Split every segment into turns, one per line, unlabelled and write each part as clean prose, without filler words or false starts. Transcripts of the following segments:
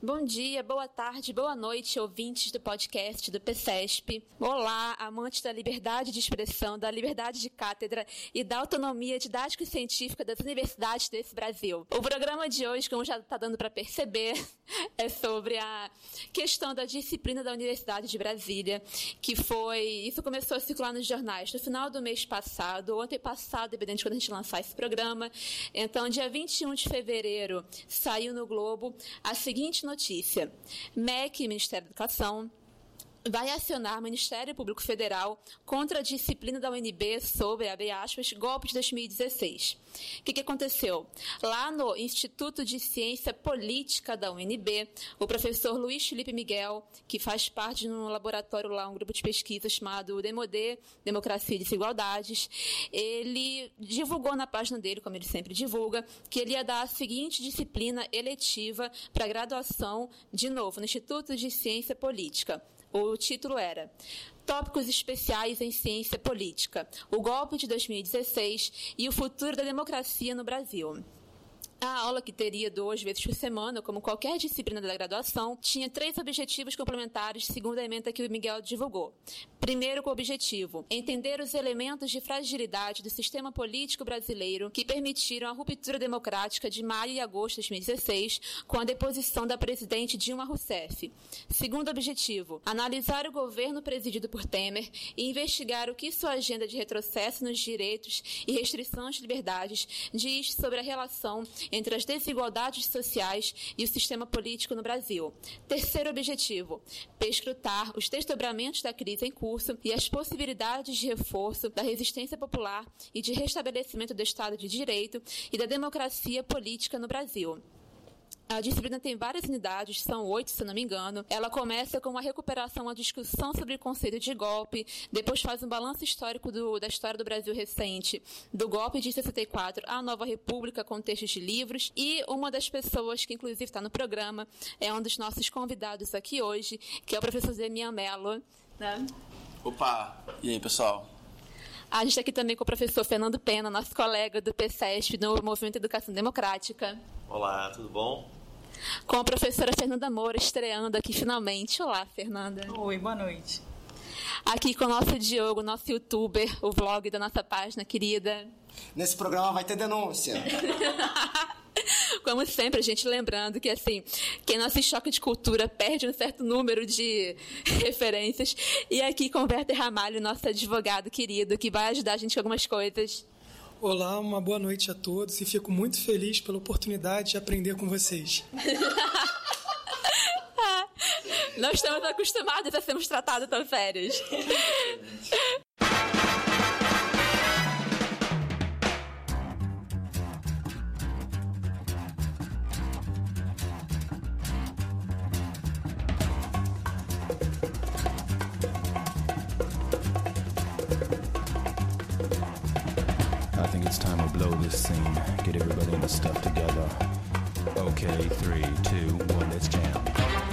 Bom dia, boa tarde, boa noite, ouvintes do podcast do PCESP. Olá, amantes da liberdade de expressão, da liberdade de cátedra e da autonomia didática e científica das universidades desse Brasil. O programa de hoje, como já está dando para perceber, é sobre a questão da disciplina da Universidade de Brasília, isso começou a circular nos jornais no final do mês passado, ou antepassado, dependendo de quando a gente lançar esse programa. Então, dia 21 de fevereiro, saiu no Globo a seguinte notícia: MEC, Ministério da Educação, vai acionar o Ministério Público Federal contra a disciplina da UNB sobre, abre aspas, golpe de 2016. O que aconteceu? Lá no Instituto de Ciência Política da UNB, o professor Luiz Felipe Miguel, que faz parte de um laboratório lá, um grupo de pesquisa chamado Demodê, Democracia e Desigualdades, ele divulgou na página dele, como ele sempre divulga, que ele ia dar a seguinte disciplina eletiva para graduação, de novo, no Instituto de Ciência Política. O título era Tópicos Especiais em Ciência Política, o golpe de 2016 e o futuro da democracia no Brasil. A aula, que teria 2 vezes por semana, como qualquer disciplina da graduação, tinha 3 objetivos complementares, segundo a ementa que o Miguel divulgou. Primeiro, com o objetivo: entender os elementos de fragilidade do sistema político brasileiro que permitiram a ruptura democrática de maio e agosto de 2016, com a deposição da presidente Dilma Rousseff. Segundo objetivo: analisar o governo presidido por Temer e investigar o que sua agenda de retrocesso nos direitos e restrições de liberdades diz sobre a relação entre as desigualdades sociais e o sistema político no Brasil. Terceiro objetivo: perscrutar os desdobramentos da crise em curso e as possibilidades de reforço da resistência popular e de restabelecimento do Estado de Direito e da democracia política no Brasil. A disciplina tem várias unidades, são 8, se não me engano. Ela começa com uma recuperação, uma discussão sobre o conceito de golpe, depois faz um balanço histórico da história do Brasil recente, do golpe de 64 à Nova República, com textos de livros, e uma das pessoas que, inclusive, está no programa, é um dos nossos convidados aqui hoje, que é o professor Zemian Mello. Né?
Opa! E aí, pessoal?
A gente está aqui também com o professor Fernando Pena, nosso colega do PCESP, no Movimento Educação Democrática.
Olá, tudo bom?
Com a professora Fernanda Moura, estreando aqui finalmente. Olá, Fernanda.
Oi, boa noite.
Aqui com o nosso Diogo, nosso youtuber, o vlog da nossa página querida.
Nesse programa vai ter denúncia.
Como sempre, a gente lembrando que, assim, quem não assiste Choque de Cultura perde um certo número de referências. E aqui com o Werther Ramalho, nosso advogado querido, que vai ajudar a gente com algumas coisas.
Olá, uma boa noite a todos e fico muito feliz pela oportunidade de aprender com vocês.
Não estamos acostumados a sermos tratados tão sérios.
I think it's time to blow this scene. Get everybody in the stuff together. Okay, 3, 2, 1, let's jam.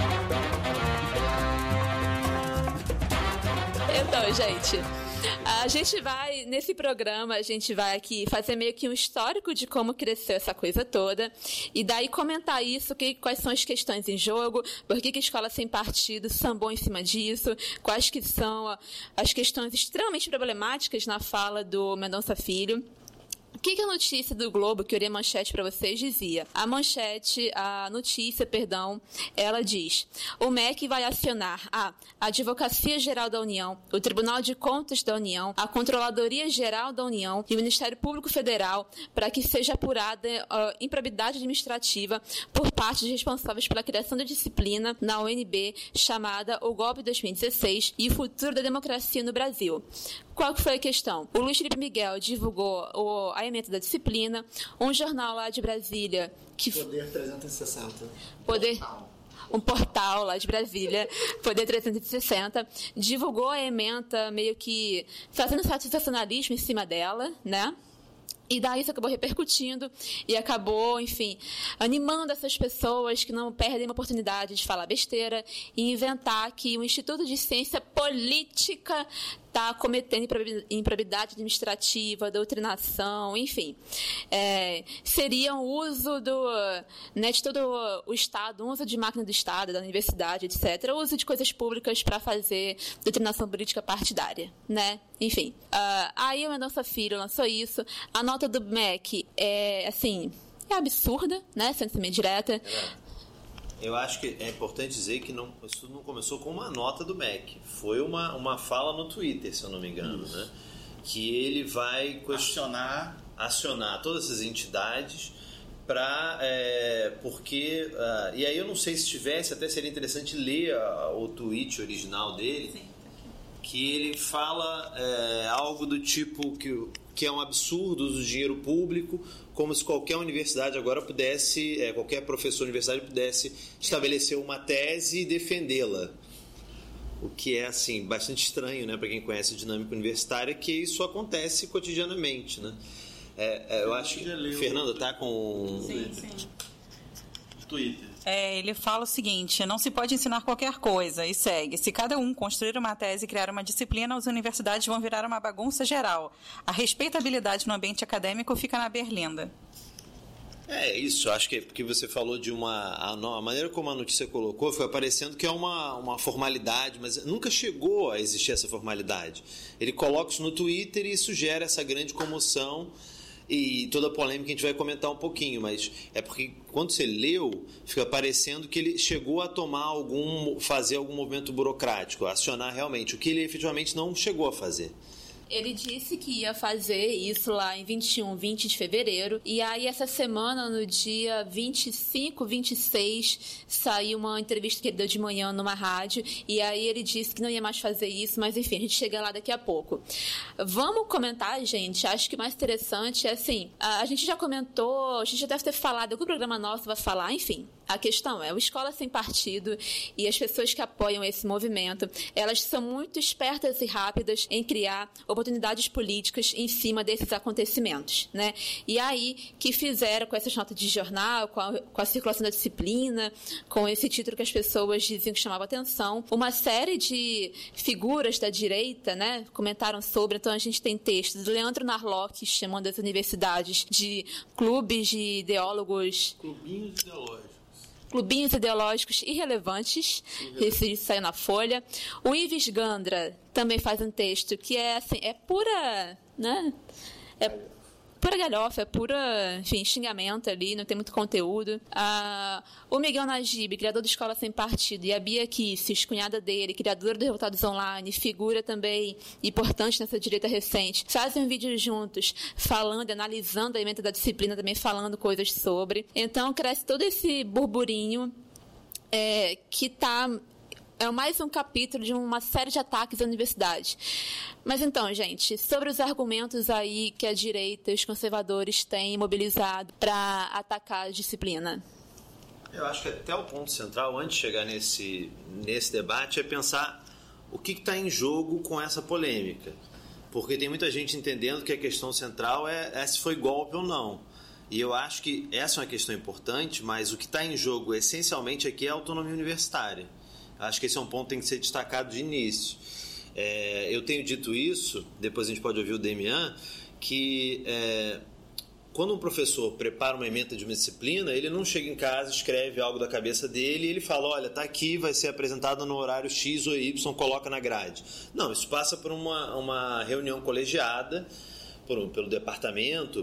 Então, gente, nesse programa, a gente vai aqui fazer meio que um histórico de como cresceu essa coisa toda, e daí comentar isso, quais são as questões em jogo, por que a escola sem partido sambou em cima disso, quais que são as questões extremamente problemáticas na fala do Mendonça Filho. O que a notícia do Globo, que eu li a manchete para vocês, dizia? A notícia, ela diz: o MEC vai acionar a Advocacia Geral da União, o Tribunal de Contas da União, a Controladoria Geral da União e o Ministério Público Federal para que seja apurada improbidade administrativa por parte dos responsáveis pela criação da disciplina na UNB chamada o golpe de 2016 e o futuro da democracia no Brasil. Qual que foi a questão? O Luiz Felipe Miguel divulgou a ementa da disciplina, um jornal lá de Brasília...
Poder 360.
Um portal lá de Brasília, Poder 360, divulgou a ementa meio que fazendo sensacionalismo em cima dela, né? E daí isso acabou repercutindo e acabou, enfim, animando essas pessoas que não perdem a oportunidade de falar besteira e inventar que o Instituto de Ciência Política está cometendo improbidade administrativa, doutrinação, enfim. Seria o uso de todo o Estado, o uso de máquina do Estado, da universidade, etc., o uso de coisas públicas para fazer doutrinação política partidária, né? Enfim. Aí o Mendonça Filho lançou isso. A nota do MEC é absurda, né? Sendo meio direta.
Eu acho que é importante dizer que isso não começou com uma nota do MEC. Foi uma fala no Twitter, se eu não me engano, né? Que ele vai acionar todas essas entidades porque... e aí eu não sei se tivesse, até seria interessante ler o tweet original dele. Sim. Que ele fala algo do tipo que é um absurdo o uso de dinheiro público, como se qualquer universidade agora pudesse, qualquer professor universitário pudesse estabelecer uma tese e defendê-la. O que é, assim, bastante estranho, né, para quem conhece a dinâmica universitária, que isso acontece cotidianamente, né? Eu acho que... Fernando, tá com...
Sim.
Twitter.
Ele fala o seguinte: não se pode ensinar qualquer coisa, e segue. Se cada um construir uma tese e criar uma disciplina, as universidades vão virar uma bagunça geral. A respeitabilidade no ambiente acadêmico fica na berlinda.
Isso, acho que é porque você falou de a maneira como a notícia colocou, foi parecendo que é uma formalidade, mas nunca chegou a existir essa formalidade. Ele coloca isso no Twitter e isso gera essa grande comoção e toda a polêmica a gente vai comentar um pouquinho, mas é porque quando você leu, fica parecendo que ele chegou a fazer algum movimento burocrático, acionar realmente, o que ele efetivamente não chegou a fazer.
Ele disse que ia fazer isso lá em 20 de fevereiro. E aí, essa semana, no dia 25, 26, saiu uma entrevista que ele deu de manhã numa rádio. E aí, ele disse que não ia mais fazer isso. Mas, enfim, a gente chega lá daqui a pouco. Vamos comentar, gente. Acho que o mais interessante é assim, a gente já comentou, a gente já deve ter falado, algum programa nosso vai falar, enfim. A questão é, o Escola Sem Partido e as pessoas que apoiam esse movimento, elas são muito espertas e rápidas em criar oportunidades políticas em cima desses acontecimentos, né? E aí, que fizeram com essas notas de jornal, com a circulação da disciplina, com esse título que as pessoas diziam que chamava atenção, uma série de figuras da direita, né, comentaram sobre. Então, a gente tem textos do Leandro Narlock chamando as universidades de clubes de ideólogos... Clubinhos ideológicos irrelevantes, esse saiu na Folha. O Ives Gandra também faz um texto que é assim, é pura, né? É pura galhofa, é pura, enfim, xingamento ali, não tem muito conteúdo. O Miguel Najib, criador do Escola Sem Partido, e a Bia Kicis, cunhada dele, criadora do Revoltados Online, figura também importante nessa direita recente, fazem um vídeo juntos, falando, analisando a emenda da disciplina, também falando coisas sobre. Então, cresce todo esse burburinho que está... É mais um capítulo de uma série de ataques à universidade. Mas então, gente, sobre os argumentos aí que a direita e os conservadores têm mobilizado para atacar a disciplina.
Eu acho que até o ponto central, antes de chegar nesse debate, é pensar o que está em jogo com essa polêmica. Porque tem muita gente entendendo que a questão central é se foi golpe ou não. E eu acho que essa é uma questão importante, mas o que está em jogo essencialmente aqui é a autonomia universitária. Acho que esse é um ponto que tem que ser destacado de início. Eu tenho dito isso, depois a gente pode ouvir o Demian, que quando um professor prepara uma ementa de uma disciplina, ele não chega em casa, escreve algo da cabeça dele e ele fala, olha, está aqui, vai ser apresentado no horário X ou Y, coloca na grade. Não, isso passa por uma reunião colegiada, pelo departamento,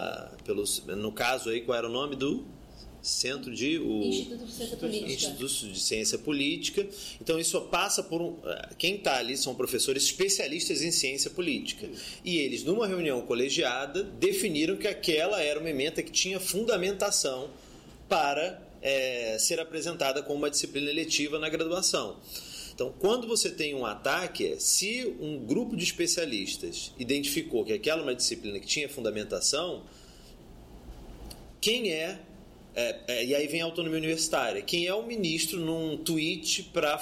no caso aí, qual era o nome do... Instituto de Ciência Política. Instituto de Ciência Política. Então, isso passa por quem está ali são professores especialistas em ciência política. E eles, numa reunião colegiada, definiram que aquela era uma ementa que tinha fundamentação para ser apresentada como uma disciplina eletiva na graduação. Então, quando você tem um ataque, se um grupo de especialistas identificou que aquela é uma disciplina que tinha fundamentação, quem e aí vem a autonomia universitária. Quem é o ministro num tweet para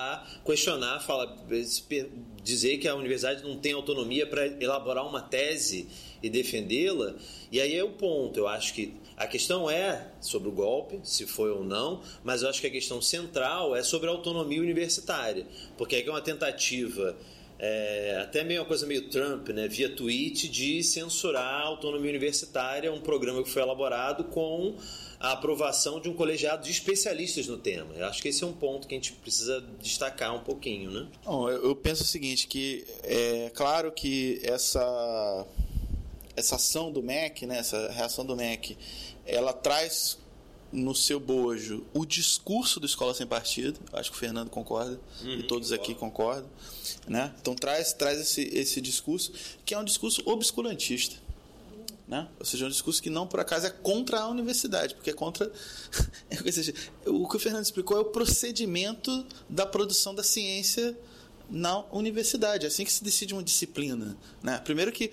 dizer que a universidade não tem autonomia para elaborar uma tese e defendê-la? E aí é o ponto. Eu acho que a questão é sobre o golpe, se foi ou não, mas eu acho que a questão central é sobre a autonomia universitária, porque é uma tentativa até meio uma coisa meio Trump, né, via tweet, de censurar a autonomia universitária, um programa que foi elaborado com a aprovação de um colegiado de especialistas no tema. Eu acho que esse é um ponto que a gente precisa destacar um pouquinho, né?
Bom, eu penso o seguinte, que é claro que essa ação do MEC, né, essa reação do MEC, ela traz no seu bojo o discurso do Escola Sem Partido. Acho que o Fernando concorda, e todos aqui concordam, né? Então traz esse discurso, que é um discurso obscurantista, né? Ou seja, um discurso que não por acaso é contra a universidade, porque é contra ou seja, o que o Fernando explicou é o procedimento da produção da ciência na universidade. É assim que se decide uma disciplina, né? Primeiro que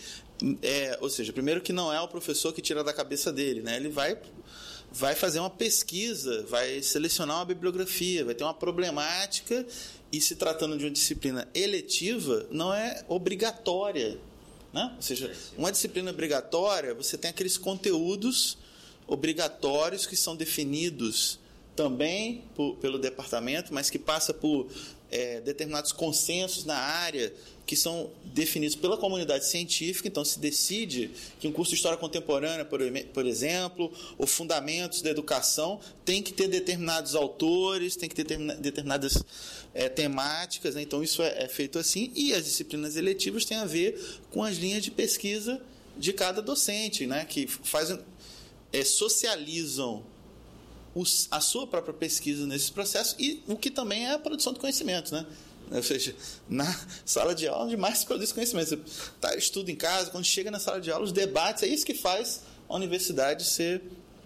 não é o professor que tira da cabeça dele, né? Ele vai fazer uma pesquisa, vai selecionar uma bibliografia, vai ter uma problemática, e se tratando de uma disciplina eletiva, não é obrigatória, né? Ou seja, uma disciplina obrigatória, você tem aqueles conteúdos obrigatórios que são definidos também pelo departamento, mas que passa por determinados consensos na área que são definidos pela comunidade científica. Então se decide que um curso de História Contemporânea, por exemplo, ou Fundamentos da Educação, tem que ter determinados autores, tem que ter determinadas temáticas, né? Então isso é feito assim, e as disciplinas eletivas têm a ver com as linhas de pesquisa de cada docente, né? Que socializam a sua própria pesquisa nesse processo, e o que também é a produção de conhecimento, né? Ou seja, na sala de aula, onde mais se produz conhecimento. Você estuda em casa, quando chega na sala de aula, os debates, é isso que faz a universidade ser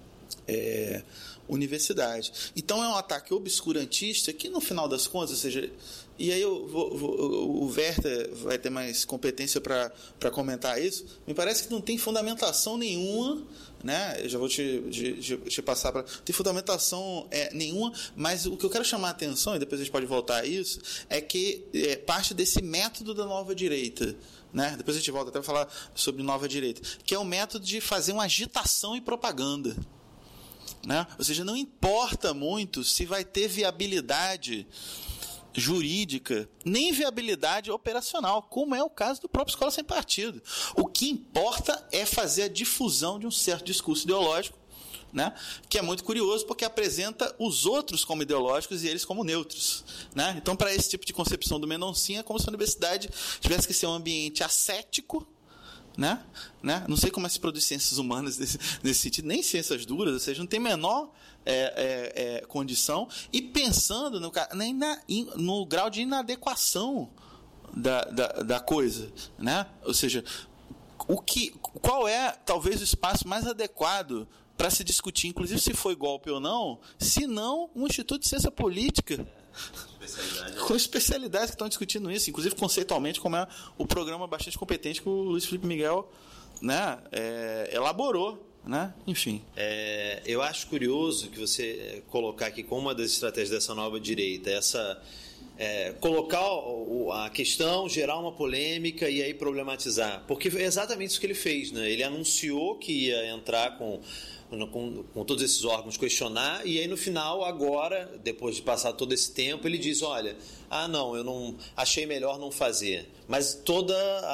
universidade. Então é um ataque obscurantista que, no final das contas, ou seja, e aí o Werther vai ter mais competência para comentar isso, me parece que não tem fundamentação nenhuma, né? Eu já vou te passar para... Não tem fundamentação nenhuma, mas o que eu quero chamar a atenção, e depois a gente pode voltar a isso, é que parte desse método da nova direita, né? Depois a gente volta até para falar sobre nova direita, que é o método de fazer uma agitação e propaganda, né? Ou seja, não importa muito se vai ter viabilidade jurídica, nem viabilidade operacional, como é o caso do próprio Escola Sem Partido. O que importa é fazer a difusão de um certo discurso ideológico, né? Que é muito curioso, porque apresenta os outros como ideológicos e eles como neutros, né? Então, para esse tipo de concepção do Mendoncinha, é como se a universidade tivesse que ser um ambiente ascético, né? Não sei como se produz ciências humanas nesse sentido, nem ciências duras, ou seja, não tem menor condição, e pensando no grau de inadequação da coisa, né? Ou seja, qual é talvez o espaço mais adequado para se discutir, inclusive se foi golpe ou não, se não um Instituto de Ciência Política, com especialidades que estão discutindo isso, inclusive conceitualmente, como é o programa bastante competente que o Luiz Felipe Miguel, né, elaborou, né? Enfim.
Eu acho curioso que você colocar aqui como uma das estratégias dessa nova direita, colocar a questão, gerar uma polêmica e aí problematizar, porque é exatamente isso que ele fez, né? Ele anunciou que ia entrar com todos esses órgãos, questionar, e aí no final, agora, depois de passar todo esse tempo, ele diz, olha, eu não achei melhor não fazer. Mas todo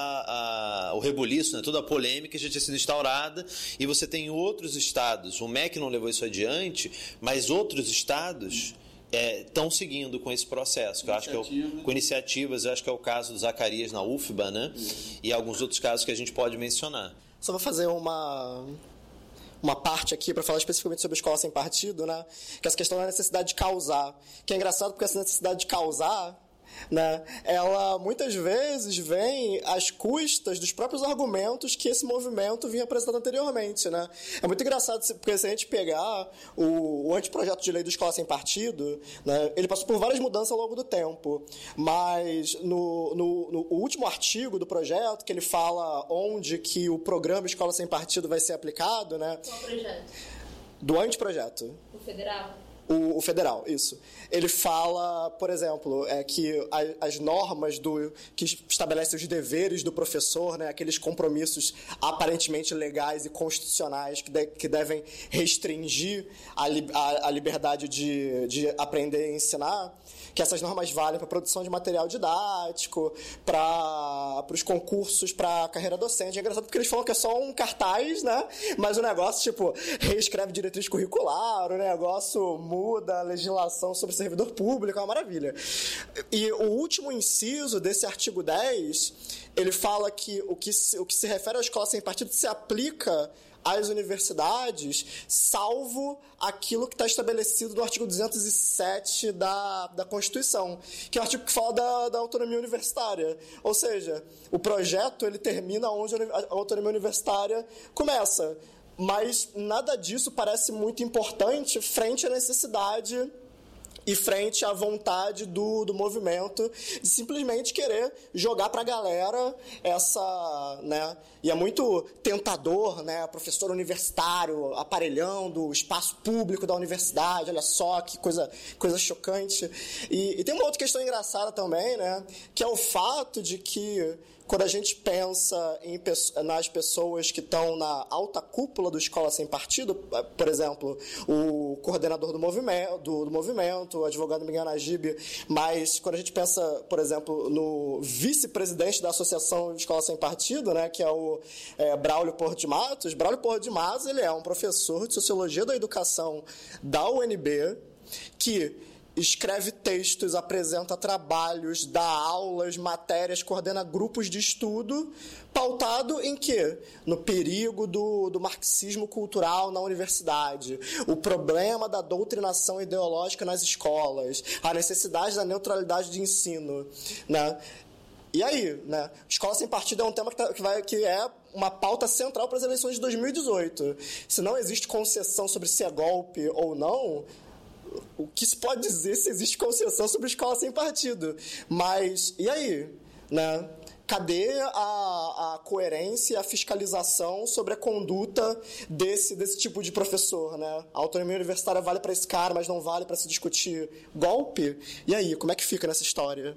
o rebuliço, né, toda a polêmica já tinha sido instaurada, e você tem outros estados, o MEC não levou isso adiante, mas outros estados estão seguindo com esse processo, que eu acho que com iniciativas, eu acho que é o caso do Zacarias na UFBA, né? E alguns outros casos que a gente pode mencionar.
Só vou fazer uma parte aqui para falar especificamente sobre a Escola Sem Partido, né? Que essa questão da necessidade de causar. Que é engraçado porque essa necessidade de causar, né, ela muitas vezes vem às custas dos próprios argumentos que esse movimento vinha apresentando anteriormente, né? É muito engraçado porque se a gente pegar o anteprojeto de lei do Escola Sem Partido, né, ele passou por várias mudanças ao longo do tempo, mas no último artigo do projeto, que ele fala onde que o programa Escola Sem Partido vai ser aplicado, né?
Qual projeto?
Do anteprojeto.
O federal?
O federal, isso. Ele fala, por exemplo, que as normas que estabelecem os deveres do professor, né, aqueles compromissos aparentemente legais e constitucionais que devem restringir a liberdade de aprender e ensinar, que essas normas valem para a produção de material didático, para os concursos, para a carreira docente. É engraçado porque eles falam que é só um cartaz, né? Mas o negócio, tipo, reescreve diretriz curricular, o negócio muda a legislação sobre servidor público, é uma maravilha. E o último inciso desse artigo 10, ele fala que o que se refere à escola sem partido se aplica às universidades, salvo aquilo que está estabelecido no artigo 207 da Constituição, que é o artigo que fala da autonomia universitária. Ou seja, o projeto ele termina onde a autonomia universitária começa. Mas nada disso parece muito importante frente à necessidade e frente à vontade do movimento de simplesmente querer jogar para a galera essa, né? E é muito tentador, né? Professor universitário aparelhando o espaço público da universidade, olha só que coisa chocante. E tem uma outra questão engraçada também, né? Que é o fato de que quando a gente pensa nas pessoas que estão na alta cúpula do Escola Sem Partido, por exemplo, o coordenador do movimento, o advogado Miguel Najib, mas quando a gente pensa, por exemplo, no vice-presidente da Associação de Escola Sem Partido, né, que é o Braulio Porto de Matos, ele é um professor de Sociologia da Educação da UNB, que escreve textos, apresenta trabalhos, dá aulas, matérias, coordena grupos de estudo, pautado em quê? No perigo do marxismo cultural na universidade, o problema da doutrinação ideológica nas escolas, a necessidade da neutralidade de ensino, né? E aí, né? Escola Sem Partido é um tema que é uma pauta central para as eleições de 2018. Se não existe concessão sobre se é golpe ou não, o que se pode dizer se existe concessão sobre escola sem partido? Mas, e aí? Né? Cadê a coerência e a fiscalização sobre a conduta desse tipo de professor? Né? A autonomia universitária vale para esse cara, mas não vale para se discutir golpe? E aí, como é que fica nessa história?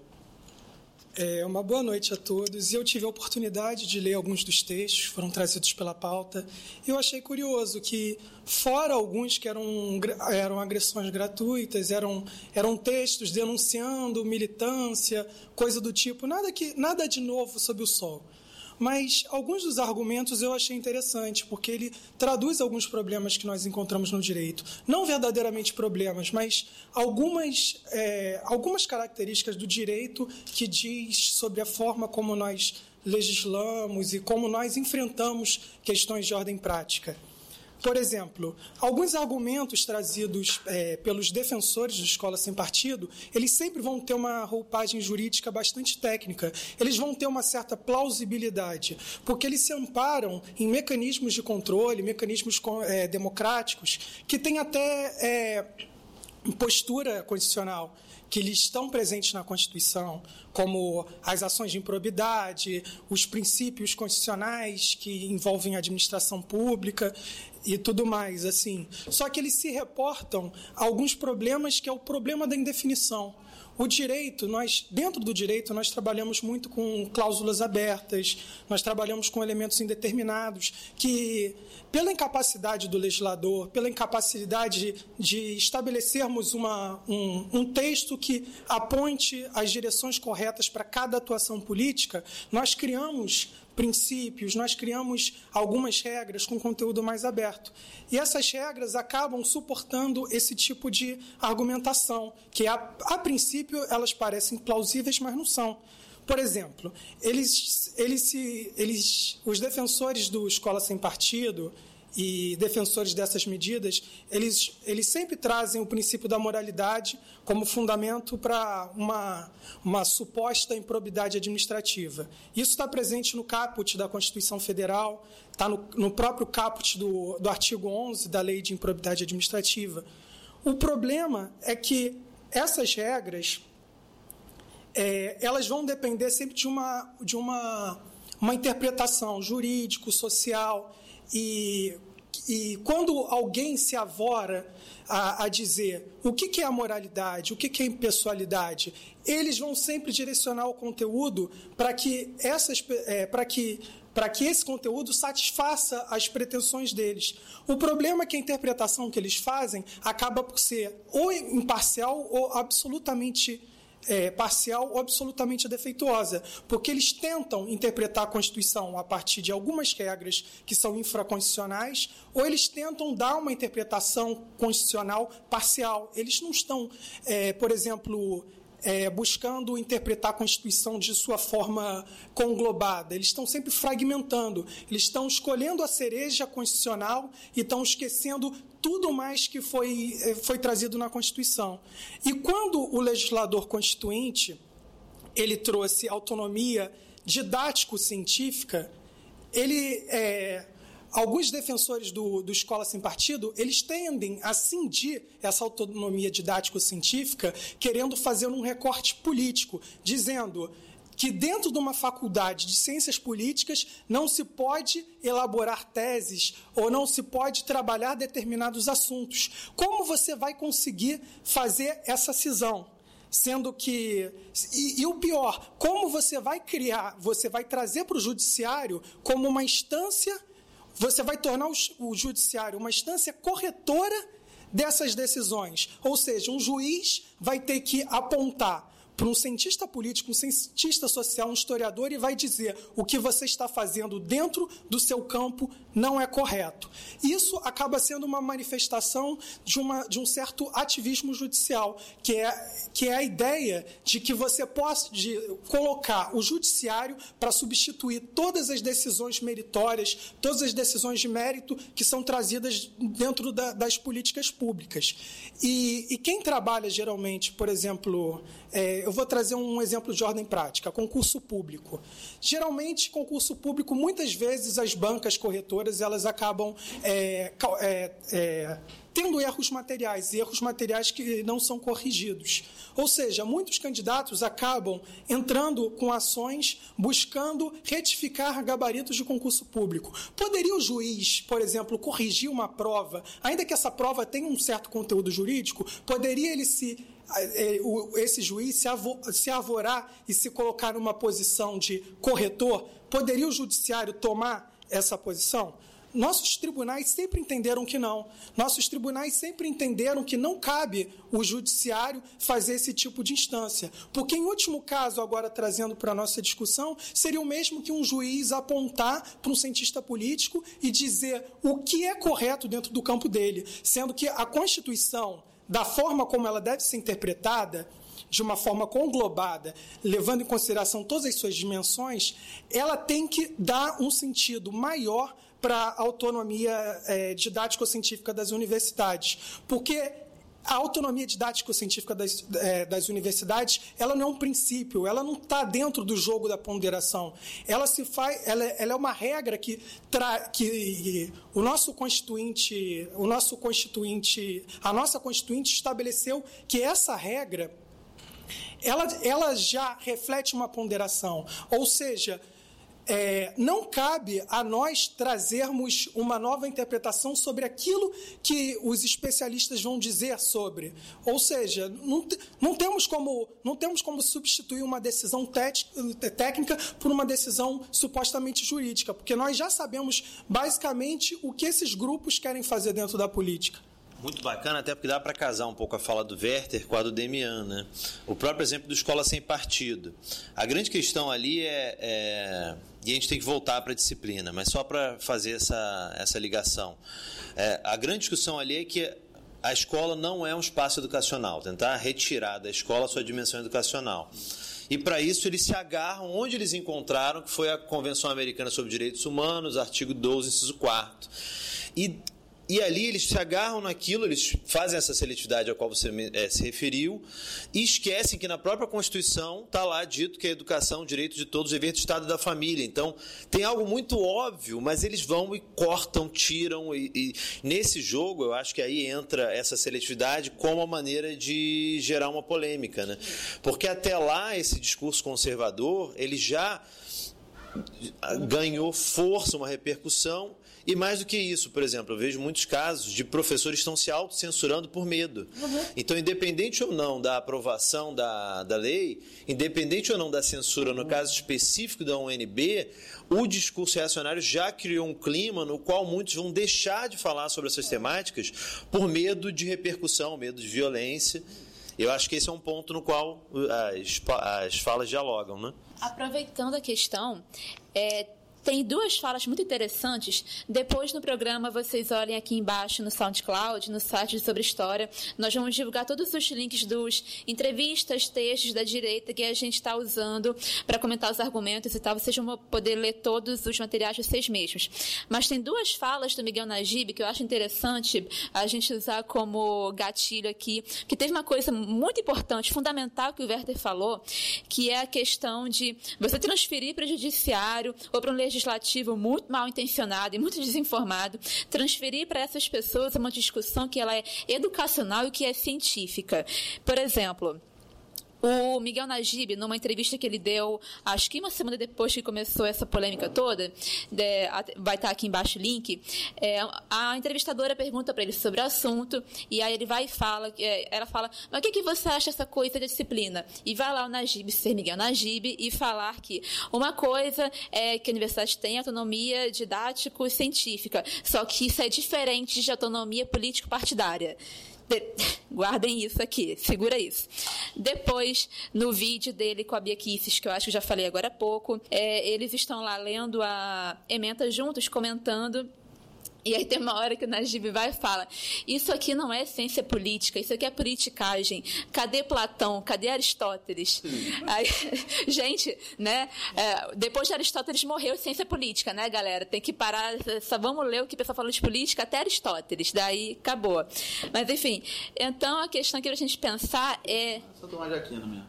Uma boa noite a todos. Eu tive a oportunidade de ler alguns dos textos que foram trazidos pela pauta. Eu achei curioso que, fora alguns que eram agressões gratuitas, eram textos denunciando militância, coisa do tipo, nada de novo sob o sol. Mas alguns dos argumentos eu achei interessante, porque ele traduz alguns problemas que nós encontramos no direito. Não verdadeiramente problemas, mas algumas características do direito que diz sobre a forma como nós legislamos e como nós enfrentamos questões de ordem prática. Por exemplo, alguns argumentos trazidos pelos defensores da Escola Sem Partido, eles sempre vão ter uma roupagem jurídica bastante técnica, eles vão ter uma certa plausibilidade, porque eles se amparam em mecanismos de controle, mecanismos democráticos, que têm até postura constitucional, que eles estão presentes na Constituição, como as ações de improbidade, os princípios constitucionais que envolvem a administração pública e tudo mais, assim. Só que eles se reportam a alguns problemas, que é o problema da indefinição. O direito, dentro do direito, nós trabalhamos muito com cláusulas abertas, nós trabalhamos com elementos indeterminados, que, pela incapacidade do legislador, pela incapacidade de estabelecermos um texto que aponte as direções corretas para cada atuação política, nós criamos princípios, nós criamos algumas regras com conteúdo mais aberto. E essas regras acabam suportando esse tipo de argumentação, que a princípio elas parecem plausíveis, mas não são. Por exemplo, os defensores do Escola Sem Partido e defensores dessas medidas, eles sempre trazem o princípio da moralidade como fundamento para uma suposta improbidade administrativa. Isso está presente no caput da Constituição Federal, está no próprio caput do artigo 11 da Lei de Improbidade Administrativa. O problema é que essas regras elas vão depender sempre de uma interpretação jurídico, social, e E quando alguém se avora a dizer o que é a moralidade, o que é a impessoalidade, eles vão sempre direcionar o conteúdo para que esse conteúdo satisfaça as pretensões deles. O problema é que a interpretação que eles fazem acaba por ser ou imparcial ou absolutamente parcial ou absolutamente defeituosa, porque eles tentam interpretar a Constituição a partir de algumas regras que são infraconstitucionais, ou eles tentam dar uma interpretação constitucional parcial. Eles não estão, por exemplo, buscando interpretar a Constituição de sua forma conglobada. Eles estão sempre fragmentando. Eles estão escolhendo a cereja constitucional e estão esquecendo tudo mais que foi trazido na Constituição. E quando o legislador constituinte ele trouxe autonomia didático-científica, alguns defensores do Escola Sem Partido, eles tendem a cindir essa autonomia didático-científica querendo fazer um recorte político, dizendo que dentro de uma faculdade de ciências políticas não se pode elaborar teses ou não se pode trabalhar determinados assuntos. Como você vai conseguir fazer essa cisão? Sendo que... E o pior, como você vai trazer para o judiciário como uma instância... Você vai tornar o judiciário uma instância corretora dessas decisões. Ou seja, um juiz vai ter que apontar para um cientista político, um cientista social, um historiador, e vai dizer o que você está fazendo dentro do seu campo não é correto. Isso acaba sendo uma manifestação de um certo ativismo judicial, que é a ideia de que você pode colocar o judiciário para substituir todas as decisões meritórias, todas as decisões de mérito que são trazidas dentro das políticas públicas. E quem trabalha geralmente, por exemplo... eu vou trazer um exemplo de ordem prática, concurso público. Geralmente, concurso público, muitas vezes as bancas corretoras elas acabam tendo erros materiais que não são corrigidos. Ou seja, muitos candidatos acabam entrando com ações buscando retificar gabaritos de concurso público. Poderia o juiz, por exemplo, corrigir uma prova, ainda que essa prova tenha um certo conteúdo jurídico, poderia esse juiz se arvorar e se colocar numa posição de corretor? Poderia o judiciário tomar essa posição? Nossos tribunais sempre entenderam que não. Nossos tribunais sempre entenderam que não cabe o judiciário fazer esse tipo de instância. Porque, em último caso, agora trazendo para a nossa discussão, seria o mesmo que um juiz apontar para um cientista político e dizer o que é correto dentro do campo dele, sendo que a Constituição, da forma como ela deve ser interpretada, de uma forma conglobada, levando em consideração todas as suas dimensões, ela tem que dar um sentido maior para a autonomia didático-científica das universidades. Porque a autonomia didático-científica das universidades, ela não é um princípio, ela não está dentro do jogo da ponderação. Ela é uma regra que a nossa Constituinte estabeleceu que essa regra, ela já reflete uma ponderação. Ou seja, não cabe a nós trazermos uma nova interpretação sobre aquilo que os especialistas vão dizer sobre. Ou seja, não temos como substituir uma decisão técnica por uma decisão supostamente jurídica, porque nós já sabemos basicamente o que esses grupos querem fazer dentro da política.
Muito bacana, até porque dá para casar um pouco a fala do Werther com a do Demian, né? O próprio exemplo do Escola Sem Partido. A grande questão ali e a gente tem que voltar para a disciplina, mas só para fazer essa ligação. A grande discussão ali é que a escola não é um espaço educacional, tentar retirar da escola a sua dimensão educacional. E, para isso, eles se agarram onde eles encontraram, que foi a Convenção Americana sobre Direitos Humanos, artigo 12, inciso 4. E ali eles se agarram naquilo, eles fazem essa seletividade a qual você se referiu e esquecem que na própria Constituição está lá dito que a educação é um direito de todos, dever do Estado e da família. Então, tem algo muito óbvio, mas eles vão e cortam, tiram. E nesse jogo, eu acho que aí entra essa seletividade como uma maneira de gerar uma polêmica, né? Porque até lá, esse discurso conservador, ele já ganhou força, uma repercussão. E mais do que isso, por exemplo, eu vejo muitos casos de professores que estão se autocensurando por medo. Então, independente ou não da aprovação da lei, independente ou não da censura, no caso específico da UNB, o discurso reacionário já criou um clima no qual muitos vão deixar de falar sobre essas temáticas por medo de repercussão, medo de violência. Eu acho que esse é um ponto no qual as falas dialogam, né?
Aproveitando a questão, tem duas falas muito interessantes. Depois, no programa, vocês olhem aqui embaixo no SoundCloud, no site Sobre História. Nós vamos divulgar todos os links dos entrevistas, textos da direita que a gente está usando para comentar os argumentos e tal. Vocês vão poder ler todos os materiais vocês mesmos. Mas tem duas falas do Miguel Najib que eu acho interessante a gente usar como gatilho aqui, que teve uma coisa muito importante, fundamental, que o Werther falou, que é a questão de você transferir para o judiciário ou para um legislativo muito mal intencionado e muito desinformado, transferir para essas pessoas uma discussão que ela é educacional e que é científica. Por exemplo, o Miguel Najib, numa entrevista que ele deu, acho que uma semana depois que começou essa polêmica toda, vai estar aqui embaixo o link, a entrevistadora pergunta para ele sobre o assunto, e aí ele vai e fala, ela fala, mas o que você acha dessa coisa da disciplina? E vai lá o Najib, ser Miguel Najib, e falar que uma coisa é que a universidade tem autonomia didático-científica, só que isso é diferente de autonomia político-partidária. Guardem isso aqui, segura isso. Depois, no vídeo dele com a Bia Kicis, que eu acho que já falei agora há pouco, eles estão lá lendo a ementa juntos, comentando. E aí tem uma hora que o Najib vai e fala, isso aqui não é ciência política, isso aqui é politicagem. Cadê Platão? Cadê Aristóteles? Aí, gente, né? Depois de Aristóteles morreu ciência política, né, galera? Tem que parar, só vamos ler o que o pessoal falou de política até Aristóteles, daí acabou. Mas, enfim, então a questão que a gente pensar é...
Só tomar jaquina mesmo.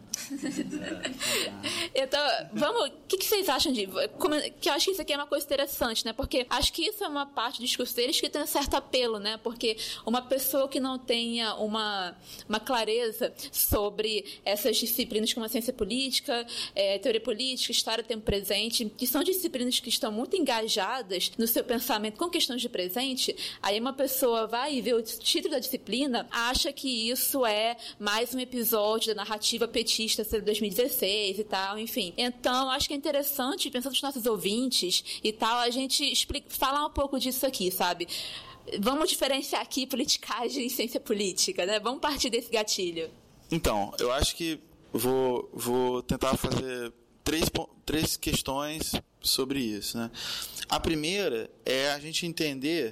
Então, vamos, o que vocês acham de... Que eu acho que isso aqui é uma coisa interessante, né? Porque acho que isso é uma parte do discurso deles que tem um certo apelo, né? Porque uma pessoa que não tenha uma clareza sobre essas disciplinas como a ciência política, teoria política, história do tempo presente, que são disciplinas que estão muito engajadas no seu pensamento com questões de presente, aí uma pessoa vai e vê o título da disciplina, acha que isso é mais um episódio da narrativa petista sobre 2016 e tal, enfim. Então, acho que é interessante, pensando nos nossos ouvintes e tal, a gente falar um pouco disso aqui, sabe? Vamos diferenciar aqui politicagem e ciência política, né? Vamos partir desse gatilho.
Então, eu acho que vou tentar fazer três questões sobre isso, né? A primeira é a gente entender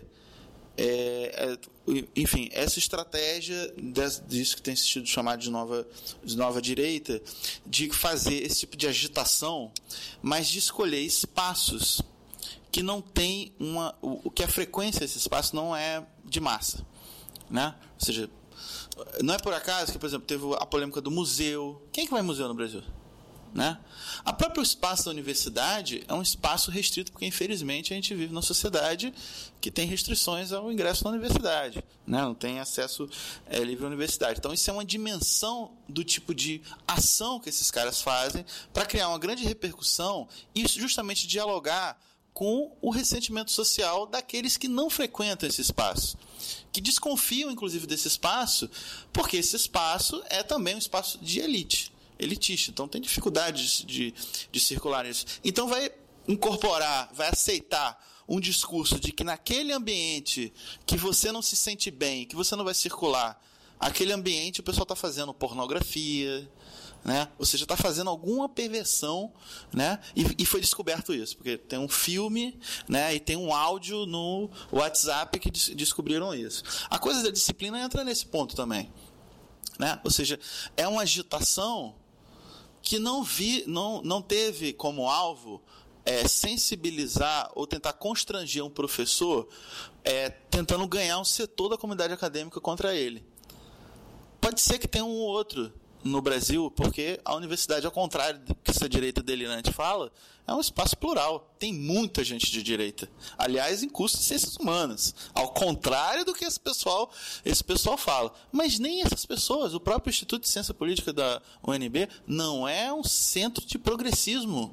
enfim, essa estratégia disso que tem sido chamado de nova direita, de fazer esse tipo de agitação, mas de escolher espaços que não tem que a frequência desse espaço não é de massa, né? Ou seja, não é por acaso que, por exemplo, teve a polêmica do museu. Quem é que vai em museu no Brasil? Né? O próprio espaço da universidade é um espaço restrito, porque infelizmente a gente vive numa sociedade que tem restrições ao ingresso na universidade, né? Não tem acesso livre à universidade. Então isso é uma dimensão do tipo de ação que esses caras fazem para criar uma grande repercussão e justamente dialogar com o ressentimento social daqueles que não frequentam esse espaço, que desconfiam inclusive desse espaço, porque esse espaço é também um espaço de elitista, então tem dificuldade de circular nisso. Então vai incorporar, vai aceitar um discurso de que naquele ambiente que você não se sente bem, que você não vai circular, aquele ambiente o pessoal está fazendo pornografia, né? Ou seja, está fazendo alguma perversão, né? E foi descoberto isso, porque tem um filme, né? E tem um áudio no WhatsApp que descobriram isso. A coisa da disciplina entra nesse ponto também, né? Ou seja, é uma agitação que não teve como alvo sensibilizar ou tentar constranger um professor tentando ganhar um setor da comunidade acadêmica contra ele. Pode ser que tenha um ou outro no Brasil, porque a universidade, ao contrário do que essa direita delirante fala, é um espaço plural. Tem muita gente de direita. Aliás, em curso de ciências humanas. Ao contrário do que esse pessoal fala. Mas nem essas pessoas, o próprio Instituto de Ciência Política da UNB, não é um centro de progressismo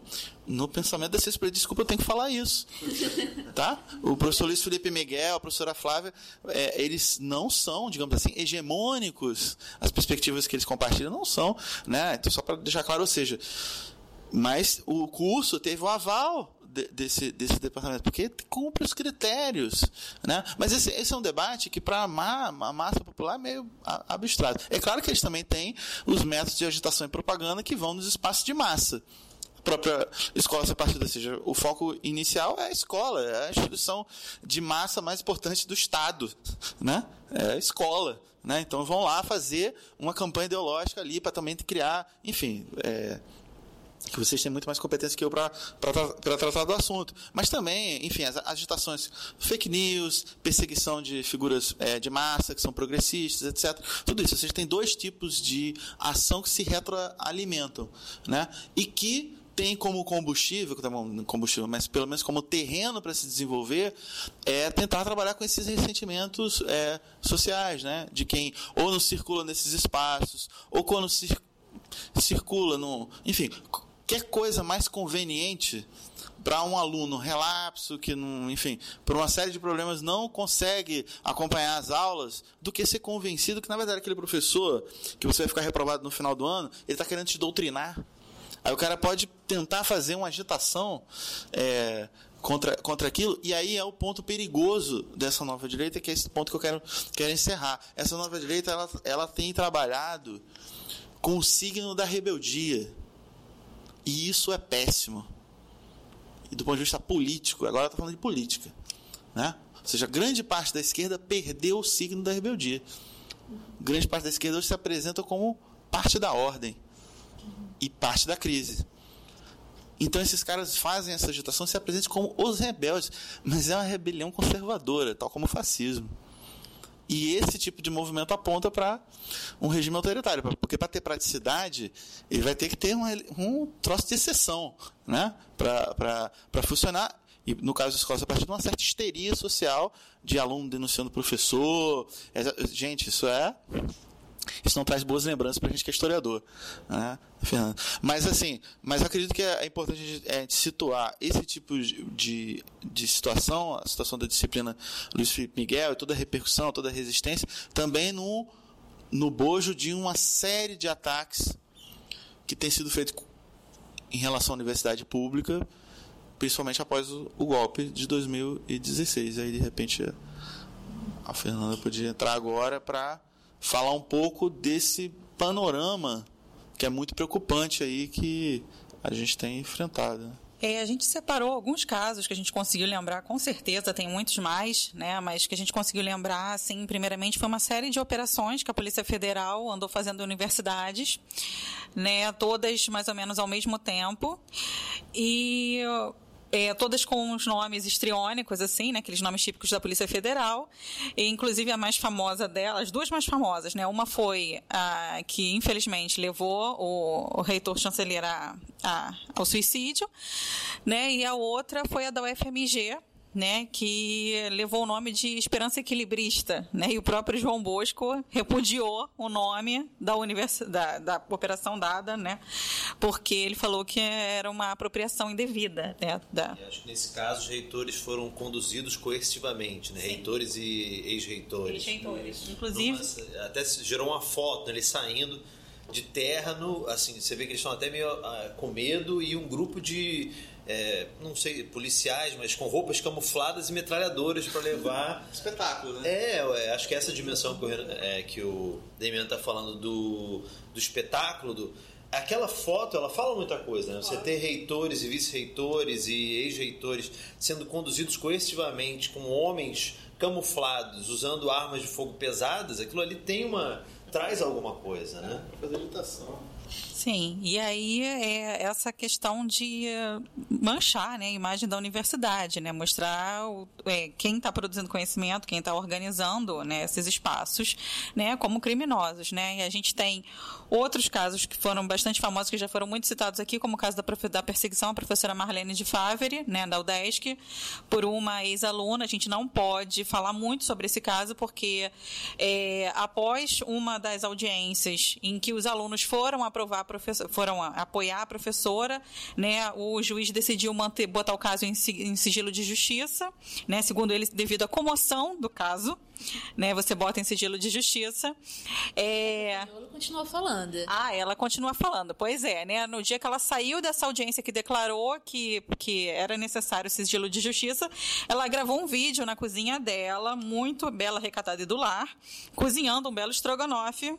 no pensamento da ciência política. Desculpa, eu tenho que falar isso. Tá? O professor Luiz Felipe Miguel, a professora Flávia, eles não são, digamos assim, hegemônicos. As perspectivas que eles compartilham não são, né? Então, só para deixar claro, ou seja, mas o curso teve o aval desse departamento, porque cumpre os critérios, né? Mas esse é um debate que, para a massa popular, é meio abstrato. É claro que eles também têm os métodos de agitação e propaganda que vão nos espaços de massa. A própria escola sem partido, ou seja, o foco inicial é a escola, é a instituição de massa mais importante do Estado, né? É a escola, né? Então vão lá fazer uma campanha ideológica ali para também criar, enfim, que vocês têm muito mais competência que eu para tratar do assunto. Mas também, enfim, as agitações, fake news, perseguição de figuras de massa, que são progressistas, etc. Tudo isso. Ou seja, tem dois tipos de ação que se retroalimentam, né? E que tem como combustível, mas pelo menos como terreno para se desenvolver, tentar trabalhar com esses ressentimentos sociais, né? De quem ou não circula nesses espaços, ou quando circula no... Enfim, qualquer coisa mais conveniente para um aluno relapso, que, enfim, por uma série de problemas não consegue acompanhar as aulas, do que ser convencido que, na verdade, aquele professor que você vai ficar reprovado no final do ano, ele está querendo te doutrinar. Aí o cara pode tentar fazer uma agitação contra aquilo, e aí é o ponto perigoso dessa nova direita, que é esse ponto que eu quero encerrar. Essa nova direita, ela tem trabalhado com o signo da rebeldia, e isso é péssimo. E do ponto de vista político, agora está falando de política, né? Ou seja, grande parte da esquerda perdeu o signo da rebeldia. Grande parte da esquerda hoje se apresenta como parte da ordem e parte da crise. Então esses caras fazem essa agitação, se apresentam como os rebeldes, mas é uma rebelião conservadora, tal como o fascismo. E esse tipo de movimento aponta para um regime autoritário, porque para ter praticidade, ele vai ter que ter um troço de exceção, né? Para funcionar. E no caso da escola, a partir de uma certa histeria social de aluno denunciando o professor. Gente, isso não traz boas lembranças para a gente que é historiador, né, Fernando? Mas eu acredito que é importante a gente situar esse tipo de situação, a situação da disciplina Luiz Felipe Miguel e toda a repercussão, toda a resistência, também no bojo de uma série de ataques que tem sido feitos em relação à universidade pública, principalmente após o golpe de 2016. Aí, de repente, a Fernanda podia entrar agora para falar um pouco desse panorama que é muito preocupante aí que a gente tem enfrentado.
A gente separou alguns casos que a gente conseguiu lembrar, com certeza tem muitos mais, né? Mas que a gente conseguiu lembrar, assim, primeiramente foi uma série de operações que a Polícia Federal andou fazendo em universidades, né? Todas mais ou menos ao mesmo tempo, e todas com os nomes histriônicos, assim, né? Aqueles nomes típicos da Polícia Federal. E, inclusive, a mais famosa delas, duas mais famosas, né? Uma foi a que, infelizmente, levou o reitor chanceler ao suicídio, né? E a outra foi a da UFMG, né, que levou o nome de Esperança Equilibrista, né, e o próprio João Bosco repudiou o nome da operação dada, né, porque ele falou que era uma apropriação indevida, né,
E acho que nesse caso os reitores foram conduzidos coercitivamente, né, reitores e ex-reitores.
Ex-reitores, inclusive.
Até gerou uma foto, né, eles saindo de terra, assim, você vê que eles estão até meio com medo, e um grupo de não sei, policiais, mas com roupas camufladas e metralhadoras para levar...
Espetáculo, né?
Acho que essa dimensão que o Damian está falando do espetáculo, aquela foto, ela fala muita coisa, né? Você ter reitores e vice-reitores e ex-reitores sendo conduzidos coercitivamente com homens camuflados, usando armas de fogo pesadas, aquilo ali traz alguma coisa, né?
Fazer agitação.
Sim, e aí é essa questão de manchar, né, a imagem da universidade, né, mostrar quem está produzindo conhecimento, quem está organizando, né, esses espaços, né, como criminosos, né, e a gente tem outros casos que foram bastante famosos, que já foram muito citados aqui, como o caso da perseguição à professora Marlene de Favre, né, da UDESC, por uma ex-aluna. A gente não pode falar muito sobre esse caso, porque após uma das audiências em que os alunos foram aprovar apoiar a professora, né? O juiz decidiu botar o caso em sigilo de justiça, né? Segundo ele, devido à comoção do caso, né? Você bota em sigilo de justiça.
Ela continua falando.
Ela continua falando. Pois é, né? No dia que ela saiu dessa audiência que declarou que era necessário sigilo de justiça, ela gravou um vídeo na cozinha dela, muito bela, recatada e do lar, cozinhando um belo estrogonofe,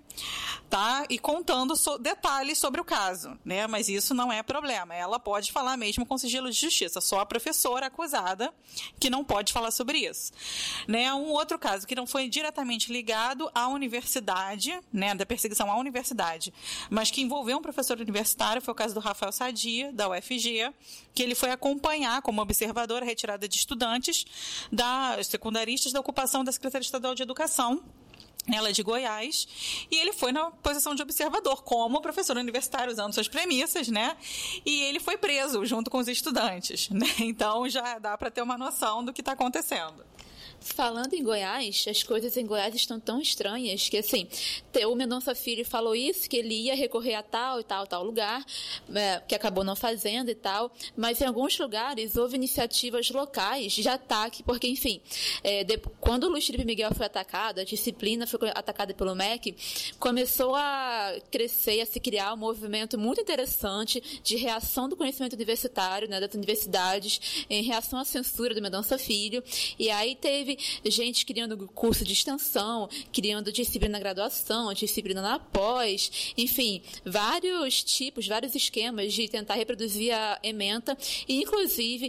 tá? E contando detalhes sobre o caso, né? Mas isso não é problema. Ela pode falar mesmo com sigilo de justiça. Só a professora acusada que não pode falar sobre isso, né? Um outro caso que não foi diretamente ligado à universidade, né? Da perseguição à universidade, mas que envolveu um professor universitário, foi o caso do Rafael Sadia, da UFG, que ele foi acompanhar como observador a retirada de estudantes secundaristas da ocupação da Secretaria Estadual de Educação, ela de Goiás, e ele foi na posição de observador, como professor universitário, usando suas premissas, né? E ele foi preso junto com os estudantes, né? Então já dá para ter uma noção do que está acontecendo.
Falando em Goiás, as coisas em Goiás estão tão estranhas que, assim, o Mendonça Filho falou isso, que ele ia recorrer a tal e tal lugar, que acabou não fazendo e tal, mas em alguns lugares houve iniciativas locais de ataque, porque, enfim, quando o Luiz Felipe Miguel foi atacado, a disciplina foi atacada pelo MEC, começou a crescer, a se criar um movimento muito interessante de reação do conhecimento universitário, né, das universidades, em reação à censura do Mendonça Filho, e aí teve gente criando curso de extensão, criando disciplina na graduação, disciplina na pós, enfim, vários esquemas de tentar reproduzir a ementa, e inclusive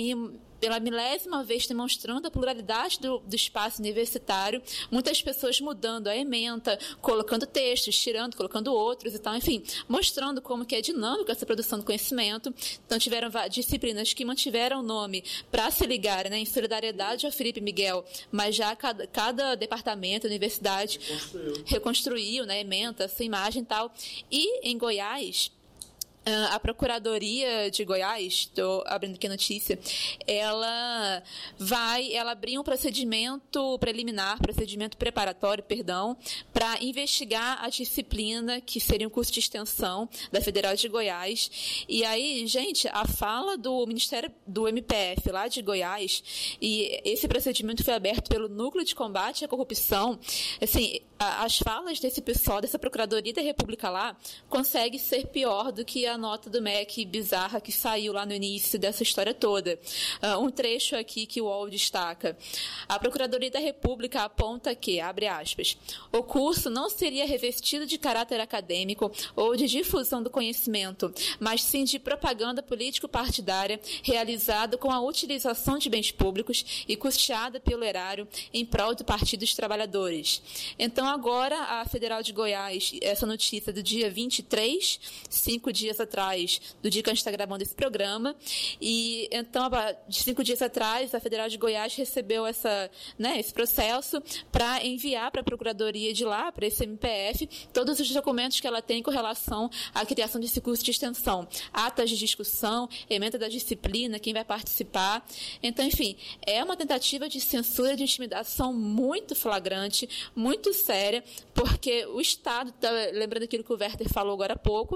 pela milésima vez demonstrando a pluralidade do espaço universitário, muitas pessoas mudando a ementa, colocando textos, tirando, colocando outros e tal, enfim, mostrando como que é dinâmica essa produção do conhecimento. Então, tiveram disciplinas que mantiveram o nome para se ligarem, né, em solidariedade ao Felipe Miguel, mas já cada departamento, universidade reconstruiu, né, ementa, essa imagem e tal. E, em Goiás, a Procuradoria de Goiás, estou abrindo aqui a notícia, ela abriu um procedimento preparatório, para investigar a disciplina, que seria um curso de extensão da Federal de Goiás. E aí, gente, a fala do Ministério do MPF lá de Goiás, e esse procedimento foi aberto pelo Núcleo de Combate à Corrupção, assim, as falas desse pessoal, dessa Procuradoria da República lá, consegue ser pior do que a nota do MEC bizarra que saiu lá no início dessa história toda. Um trecho aqui que o UOL destaca. A Procuradoria da República aponta que, abre aspas, o curso não seria revestido de caráter acadêmico ou de difusão do conhecimento, mas sim de propaganda político-partidária realizado com a utilização de bens públicos e custeada pelo erário em prol do Partido dos Trabalhadores. Então, agora, a Federal de Goiás, essa notícia do dia 23, 5 dias atrás do dia que a gente está gravando esse programa, e então, de 5 dias atrás, a Federal de Goiás recebeu esse processo para enviar para a Procuradoria de lá, para esse MPF, todos os documentos que ela tem com relação à criação desse curso de extensão, atas de discussão, ementa da disciplina, quem vai participar. Então, enfim, é uma tentativa de censura, de intimidação muito flagrante, muito séria, porque o Estado, lembrando aquilo que o Werther falou agora há pouco,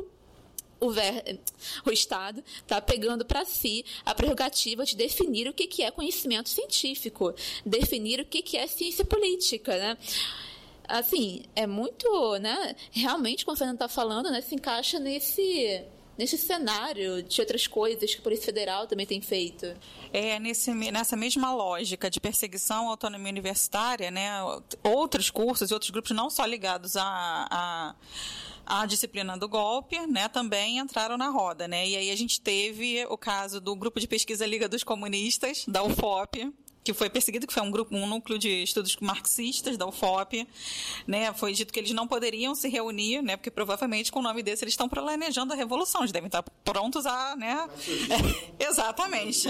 o Estado está pegando para si a prerrogativa de definir o que é conhecimento científico, definir o que é ciência política, né? Assim, é muito, né? Realmente, como o Fernando está falando, né, se encaixa nesse cenário de outras coisas que a Polícia Federal também tem feito.
Nessa mesma lógica de perseguição à autonomia universitária, né, outros cursos e outros grupos não só ligados a disciplina do golpe, né, também entraram na roda, né? E aí a gente teve o caso do Grupo de Pesquisa Liga dos Comunistas, da UFOP, que foi perseguido, que foi um núcleo de estudos marxistas da UFOP, né? Foi dito que eles não poderiam se reunir, né? Porque provavelmente com o nome desse eles estão planejando a revolução, eles devem estar prontos a, né? Exatamente.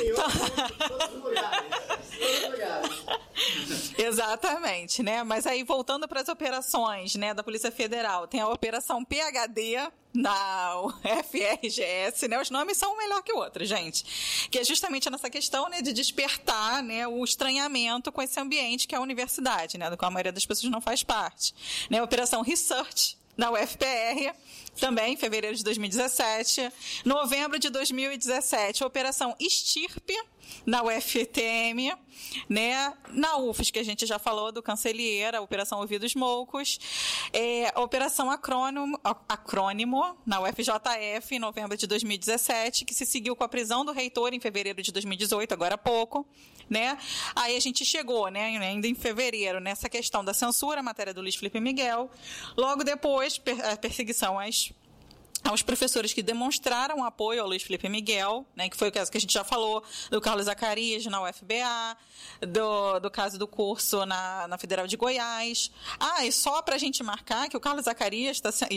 Exatamente, né? Mas aí voltando para as operações, né, da Polícia Federal, tem a Operação PhD da FRGS, né? Os nomes são um melhor que o outro, gente. Que é justamente nessa questão, né, de despertar, né, o estranhamento com esse ambiente que é a universidade, né, do qual a maioria das pessoas não faz parte. Né? A Operação Research da UFPR, também em fevereiro de 2017. Novembro de 2017, Operação Estirpe, na UFTM, né? Na UFES, que a gente já falou, do Cancelheira, a Operação Ouvidos Moucos, a Operação Acrônimo, na UFJF, em novembro de 2017, que se seguiu com a prisão do reitor em fevereiro de 2018, agora há pouco, né? Aí a gente chegou, né, ainda em fevereiro, nessa questão da censura, a matéria do Luiz Felipe Miguel. Logo depois, a perseguição aos professores que demonstraram apoio ao Luiz Felipe Miguel, né, que foi o caso que a gente já falou, do Carlos Zacarias na UFBA, do caso do curso na Federal de Goiás. E só para a gente marcar que o Carlos Zacarias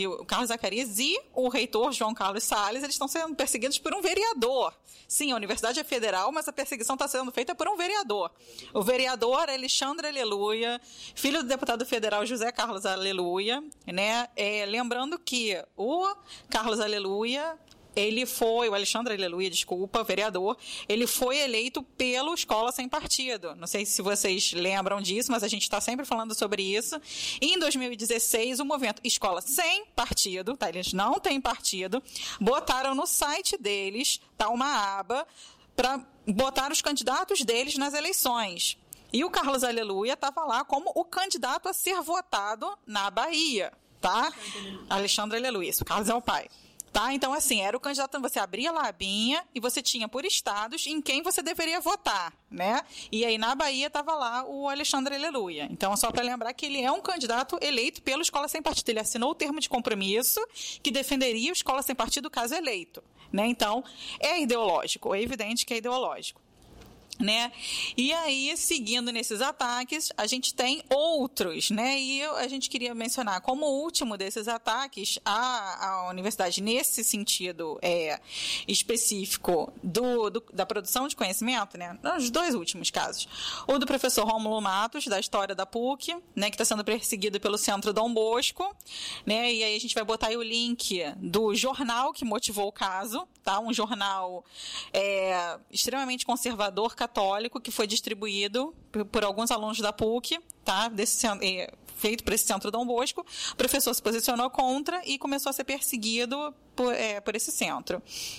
e o reitor João Carlos Salles, eles estão sendo perseguidos por um vereador. Sim, a universidade é federal, mas a perseguição está sendo feita por um vereador. O vereador Alexandre Aleluia, filho do deputado federal José Carlos Aleluia, né? Lembrando que o Carlos Aleluia, o Alexandre Aleluia, vereador, ele foi eleito pelo Escola Sem Partido. Não sei se vocês lembram disso, mas a gente está sempre falando sobre isso. E em 2016, o movimento Escola Sem Partido, tá? Eles não têm partido, botaram no site deles, tá, uma aba para botar os candidatos deles nas eleições. E o Carlos Aleluia estava lá como o candidato a ser votado na Bahia, tá? Alexandre Aleluia, o Carlos é o pai. Tá? Então, assim, era o candidato, você abria lá a abinha e você tinha por estados em quem você deveria votar, né? E aí, na Bahia, estava lá o Alexandre Aleluia. Então, só para lembrar que ele é um candidato eleito pelo Escola Sem Partido. Ele assinou o termo de compromisso que defenderia o Escola Sem Partido caso eleito, né? Então, é ideológico, é evidente que é ideológico, né? E aí, seguindo nesses ataques, a gente tem outros, né? E a gente queria mencionar como último desses ataques a universidade nesse sentido específico da produção de conhecimento, né? Os dois últimos casos. O do professor Rômulo Matos, da História da PUC, né? Que está sendo perseguido pelo Centro Dom Bosco, né? E aí a gente vai botar aí o link do jornal que motivou o caso, tá? Um jornal extremamente conservador, católico, que foi distribuído por alguns alunos da PUC, tá? Feito por esse Centro Dom Bosco. O professor se posicionou contra e começou a ser perseguido por esse centro.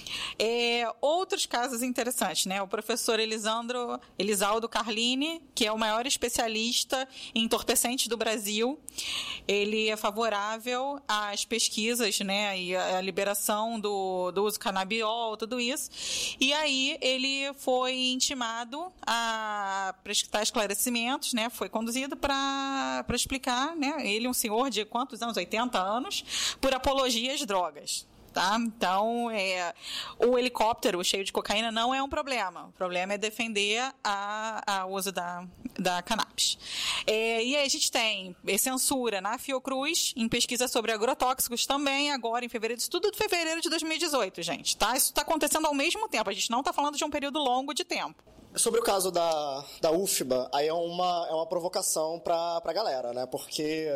Outros casos interessantes, né? O professor Elisaldo Carlini, que é o maior especialista em entorpecentes do Brasil, ele é favorável às pesquisas, né? E à liberação do uso canabiol, tudo isso. E aí ele foi intimado a prestar esclarecimentos, né? Foi conduzido para explicar, né? Ele, um senhor de quantos anos? 80 anos, por apologia às drogas. Tá? Então, o helicóptero cheio de cocaína não é um problema. O problema é defender o uso da cannabis. E aí a gente tem censura na Fiocruz, em pesquisa sobre agrotóxicos também, agora em fevereiro, isso tudo de fevereiro de 2018, gente. Tá? Isso está acontecendo ao mesmo tempo, a gente não está falando de um período longo de tempo.
Sobre o caso da UFBA, aí é uma provocação para a galera, né? Porque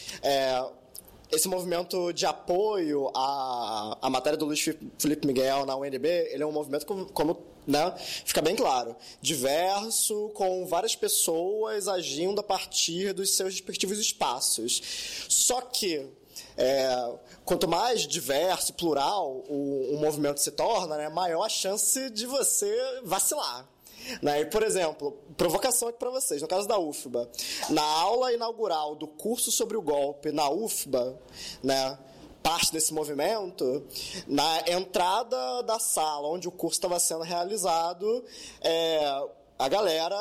esse movimento de apoio à matéria do Luiz Felipe Miguel na UNB, ele é um movimento, como né, fica bem claro, diverso, com várias pessoas agindo a partir dos seus respectivos espaços. Só que, quanto mais diverso e plural o movimento se torna, né, maior a chance de você vacilar. Né? Por exemplo, provocação aqui para vocês, no caso da UFBA, na aula inaugural do curso sobre o golpe na UFBA, né, parte desse movimento, na entrada da sala onde o curso estava sendo realizado, a galera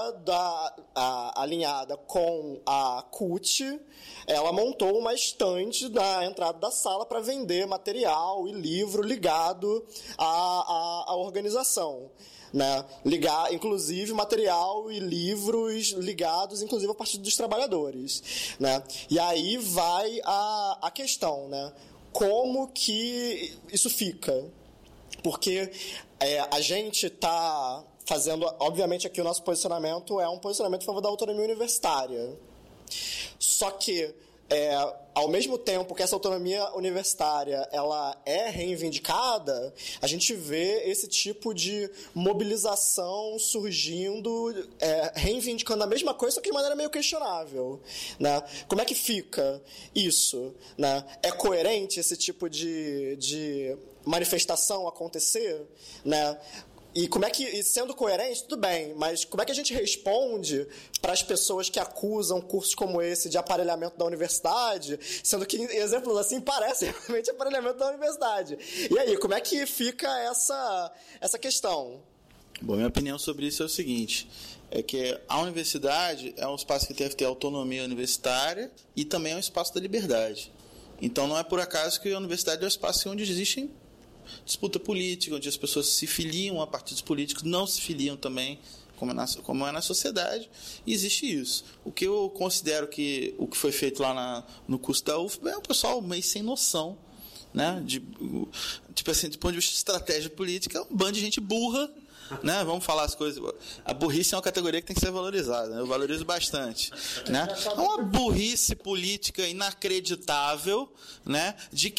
alinhada com a CUT, ela montou uma estande na entrada da sala para vender material e livro ligado à organização. Né? Inclusive material e livros ligados, inclusive, ao Partido dos Trabalhadores. Né? E aí vai a questão, né? Como que isso fica? Porque a gente está fazendo... Obviamente, aqui o nosso posicionamento é um posicionamento a favor da autonomia universitária. Só que ao mesmo tempo que essa autonomia universitária ela é reivindicada, a gente vê esse tipo de mobilização surgindo, reivindicando a mesma coisa, só que de maneira meio questionável, né? Como é que fica isso, né? É coerente esse tipo de manifestação acontecer, né? E sendo coerente, tudo bem, mas como é que a gente responde para as pessoas que acusam cursos como esse de aparelhamento da universidade, sendo que exemplos assim parecem realmente aparelhamento da universidade? E aí, como é que fica essa questão?
Bom, minha opinião sobre isso é o seguinte, é que a universidade é um espaço que deve ter autonomia universitária e também é um espaço da liberdade. Então não é por acaso que a universidade é um espaço onde existem disputa política, onde as pessoas se filiam a partidos políticos, não se filiam também, como é na sociedade, e existe isso. O que eu considero que o que foi feito lá no curso da UF é um pessoal meio sem noção, né? Tipo assim, do ponto de vista de estratégia política, é um bando de gente burra, né? Vamos falar as coisas. A burrice é uma categoria que tem que ser valorizada, né? Eu valorizo bastante, né? É uma burrice política inacreditável, né?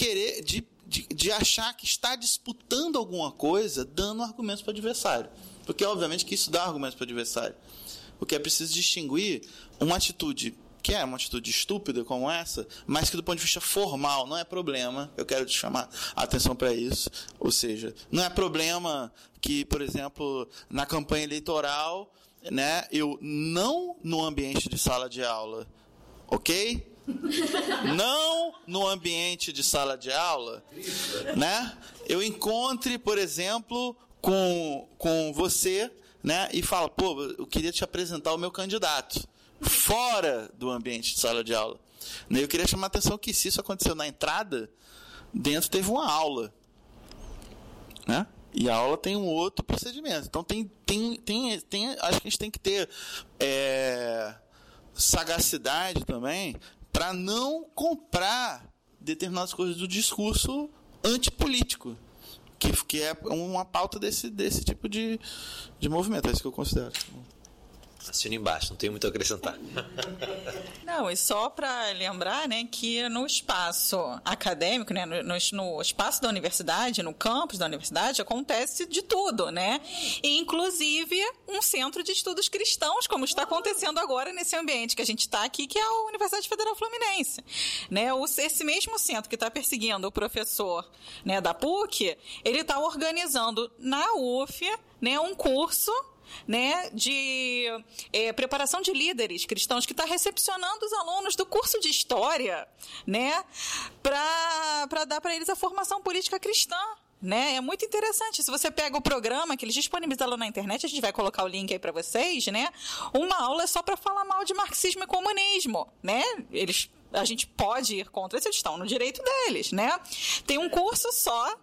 De achar que está disputando alguma coisa dando argumentos para o adversário. Porque, obviamente, que isso dá argumentos para o adversário. O que é preciso distinguir uma atitude que é uma atitude estúpida como essa, mas que do ponto de vista formal não é problema. Eu quero te chamar a atenção para isso. Ou seja, não é problema que, por exemplo, na campanha eleitoral, né, eu não no ambiente de sala de aula, ok? Não no ambiente de sala de aula, né? Eu encontre, por exemplo, com você, né? E falo, pô, eu queria te apresentar o meu candidato fora do ambiente de sala de aula. Eu queria chamar a atenção que se isso aconteceu na entrada, dentro teve uma aula, né? E a aula tem um outro procedimento. Então acho que a gente tem que ter sagacidade também para não comprar determinadas coisas do discurso antipolítico, que é uma pauta desse tipo de movimento. É isso que eu considero.
Assino embaixo, não tenho muito a acrescentar.
Não, e só para lembrar, né, que no espaço acadêmico, né, no espaço da universidade, no campus da universidade, acontece de tudo, né? E, inclusive, um centro de estudos cristãos, como está acontecendo agora nesse ambiente que a gente está aqui, que é a Universidade Federal Fluminense. Né? Esse mesmo centro que está perseguindo o professor, né, da PUC, ele está organizando na UF, né, um curso, né, de preparação de líderes cristãos, que está recepcionando os alunos do curso de História, né, para dar para eles a formação política cristã. Né? É muito interessante. Se você pega o programa que eles disponibilizaram na internet, a gente vai colocar o link aí para vocês, né? Uma aula é só para falar mal de marxismo e comunismo, né? A gente pode ir contra, eles estão no direito deles, né? Tem um curso só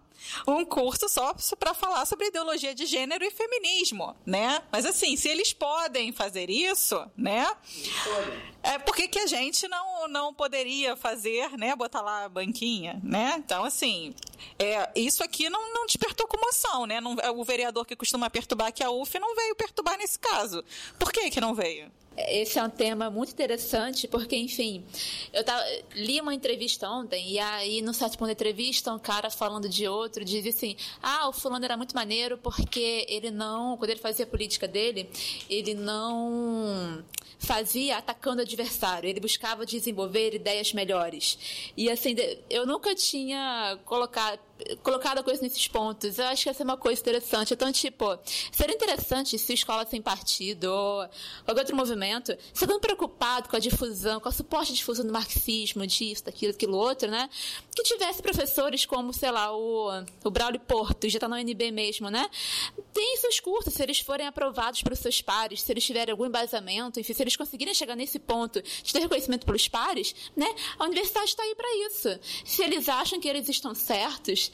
para falar sobre ideologia de gênero e feminismo, né? Mas assim, se eles podem fazer isso, né? Por que a gente não poderia fazer, né? Botar lá a banquinha, né? Então, assim, isso aqui não despertou comoção, né? O vereador que costuma perturbar aqui a UF não veio perturbar nesse caso. Por que não veio?
Esse é um tema muito interessante, porque, enfim, eu li uma entrevista ontem, e aí, num certo ponto da entrevista, um cara falando de outro, dizia assim, o fulano era muito maneiro porque quando ele fazia a política dele, ele não fazia atacando o adversário, ele buscava desenvolver ideias melhores. E, assim, eu nunca tinha colocado a coisa nesses pontos. Eu acho que essa é uma coisa interessante. Então, seria interessante se Escola Sem Partido ou qualquer outro movimento, se não preocupado com a difusão, com a suposta difusão do marxismo, disso, daquilo outro, né? Que tivesse professores como, sei lá, o Braulio Porto, já está na UNB mesmo, né? Tem seus cursos, se eles forem aprovados pelos seus pares, se eles tiverem algum embasamento, enfim, se eles conseguirem chegar nesse ponto de ter reconhecimento pelos pares, né? A universidade está aí para isso. Se eles acham que eles estão certos,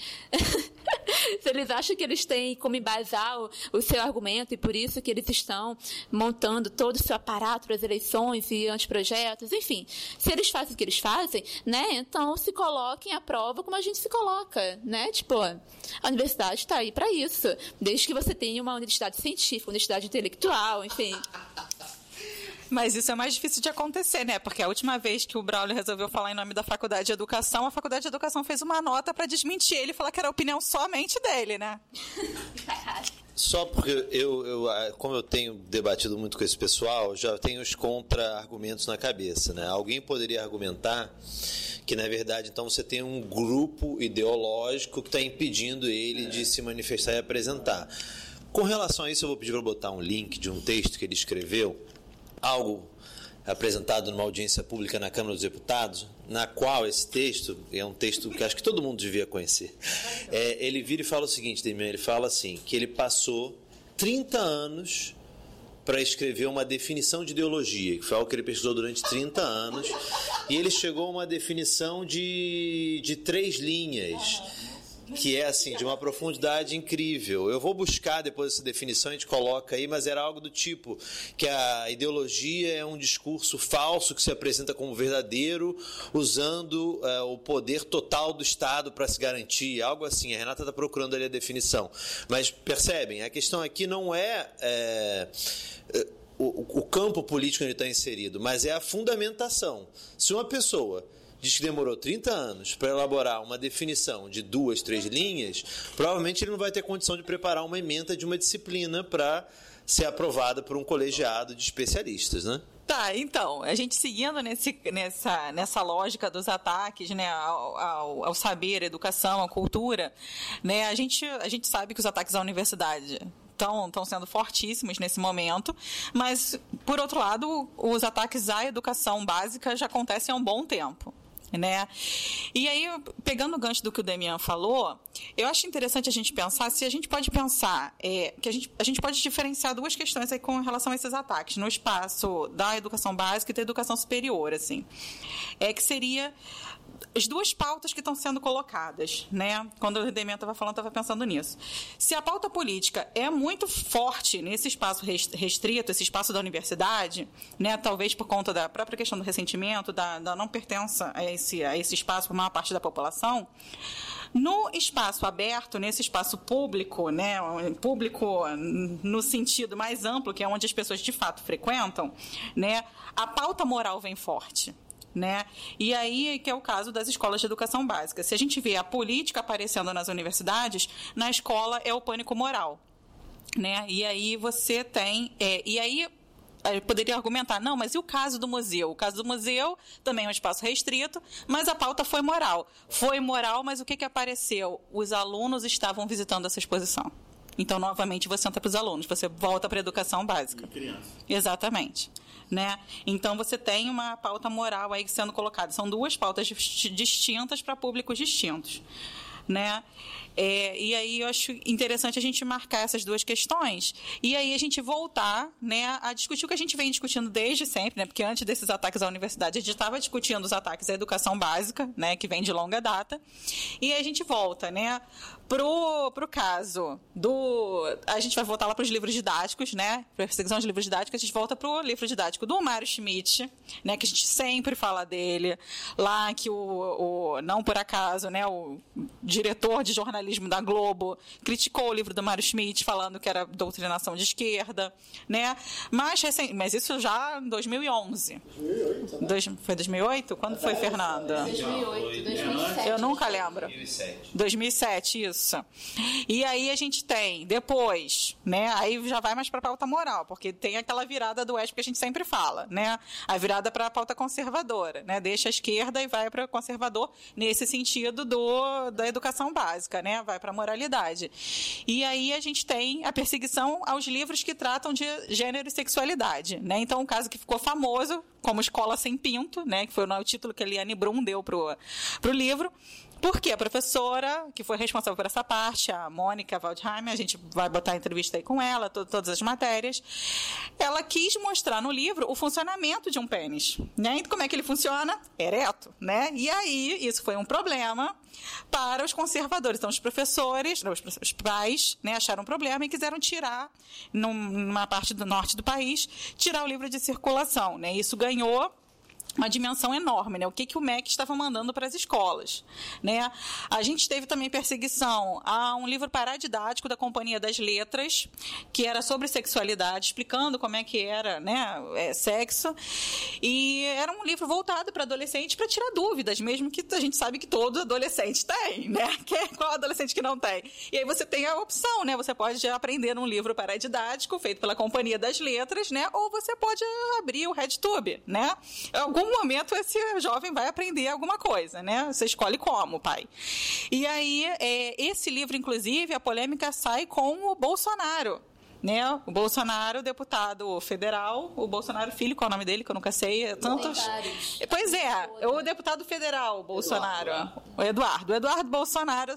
se eles acham que eles têm como embasar o seu argumento e por isso que eles estão montando todo o seu aparato para as eleições e anteprojetos, enfim, se eles fazem o que eles fazem, né, então se coloquem à prova como a gente se coloca, né, a universidade está aí para isso, desde que você tenha uma universidade científica, uma universidade intelectual, enfim.
Mas isso é mais difícil de acontecer, né? Porque a última vez que o Braulio resolveu falar em nome da Faculdade de Educação, a Faculdade de Educação fez uma nota para desmentir ele e falar que era a opinião somente dele, né?
Só porque como eu tenho debatido muito com esse pessoal, já tenho os contra-argumentos na cabeça, né? Alguém poderia argumentar que, na verdade, então você tem um grupo ideológico que está impedindo ele de se manifestar e apresentar. Com relação a isso, eu vou pedir para botar um link de um texto que ele escreveu, algo apresentado numa audiência pública na Câmara dos Deputados, na qual esse texto, é um texto que acho que todo mundo devia conhecer, ele vira e fala o seguinte, Demian, ele fala assim, que ele passou 30 anos para escrever uma definição de ideologia, que foi algo que ele pesquisou durante 30 anos, e ele chegou a uma definição de 3 linhas, que é assim, de uma profundidade incrível. Eu vou buscar depois essa definição, a gente coloca aí, mas era algo do tipo que a ideologia é um discurso falso que se apresenta como verdadeiro, usando o poder total do Estado para se garantir, algo assim. A Renata está procurando ali a definição. Mas percebem, a questão aqui não é o campo político onde ele está inserido, mas é a fundamentação. Se uma pessoa diz que demorou 30 anos para elaborar uma definição de 2, 3 linhas, provavelmente ele não vai ter condição de preparar uma ementa de uma disciplina para ser aprovada por um colegiado de especialistas, né?
Tá, então, a gente seguindo nessa lógica dos ataques, né, ao saber, à educação, à cultura, né, a gente sabe que os ataques à universidade estão sendo fortíssimos nesse momento, mas, por outro lado, os ataques à educação básica já acontecem há um bom tempo. Né? E aí, pegando o gancho do que o Demian falou, eu acho interessante a gente pensar se a gente pode pensar que a gente pode diferenciar 2 questões aí com relação a esses ataques no espaço da educação básica e da educação superior, assim, que seria as 2 pautas que estão sendo colocadas, né? Quando o Demian estava falando, estava pensando nisso. Se a pauta política é muito forte nesse espaço restrito, esse espaço da universidade, né? Talvez por conta da própria questão do ressentimento, da não pertença a esse espaço por maior parte da população, no espaço aberto, nesse espaço público, né? Público no sentido mais amplo, que é onde as pessoas de fato frequentam, né? A pauta moral vem forte. Né? E aí que é o caso das escolas de educação básica. Se a gente vê a política aparecendo nas universidades, na escola é o pânico moral. Né? E aí você tem... eu poderia argumentar, não, mas e o caso do museu? O caso do museu também é um espaço restrito, mas a pauta foi moral. Foi moral, mas o que apareceu? Os alunos estavam visitando essa exposição. Então, novamente, você entra para os alunos, você volta para a educação básica.
E criança.
Exatamente. Né? Então, você tem uma pauta moral aí sendo colocada. São 2 pautas distintas para públicos distintos. Né? E aí eu acho interessante a gente marcar essas 2 questões e aí a gente voltar, né, a discutir o que a gente vem discutindo desde sempre, né, porque antes desses ataques à universidade a gente estava discutindo os ataques à educação básica, né, que vem de longa data, e aí a gente volta, né, pro caso a gente vai voltar lá para os livros didáticos, né, para a perseguição de livros didáticos, a gente volta para o livro didático do Mário Schmidt, né, que a gente sempre fala dele, lá que não por acaso, né, o diretor de jornalismo da Globo criticou o livro do Mário Schmidt, falando que era doutrinação de esquerda, né? Mas isso já em 2011. 2008, foi 2008? Quando foi, Fernanda?
2008, 2007.
Eu nunca lembro. 2007, isso. E aí a gente tem, depois, né? Aí já vai mais para a pauta moral, porque tem aquela virada do eixo que a gente sempre fala, né? A virada para a pauta conservadora, né? Deixa a esquerda e vai para o conservador nesse sentido da educação básica, né? Vai para a moralidade. E aí a gente tem a perseguição aos livros que tratam de gênero e sexualidade, né? Então, um caso que ficou famoso, como Escola Sem Pinto, né? Que foi o título que a Eliane Brum deu pro livro. Porque a professora que foi responsável por essa parte, a Mônica Waldheim, a gente vai botar a entrevista aí com ela, todas as matérias, ela quis mostrar no livro o funcionamento de um pênis, né? E como é que ele funciona? Ereto, né? E aí, isso foi um problema para os conservadores. Então, os professores, os pais, né, acharam um problema e quiseram tirar, numa parte do norte do país, tirar o livro de circulação, né? Isso ganhou uma dimensão enorme, né? O que o MEC estava mandando para as escolas, né? A gente teve também perseguição a um livro paradidático da Companhia das Letras, que era sobre sexualidade, explicando como é que era, né, sexo, e era um livro voltado para adolescentes para tirar dúvidas, mesmo que a gente sabe que todo adolescente tem, né? Qual adolescente que não tem? E aí você tem a opção, né? Você pode aprender num livro paradidático feito pela Companhia das Letras, né? Ou você pode abrir o RedTube, né? Em algum momento esse jovem vai aprender alguma coisa, né? Você escolhe como, pai. E aí, esse livro, inclusive, a polêmica sai com o Bolsonaro, né? O Bolsonaro, deputado federal, o Bolsonaro filho, qual é o nome dele, que eu nunca sei, tantos... Pois é, o deputado federal, Bolsonaro, o Eduardo Bolsonaro,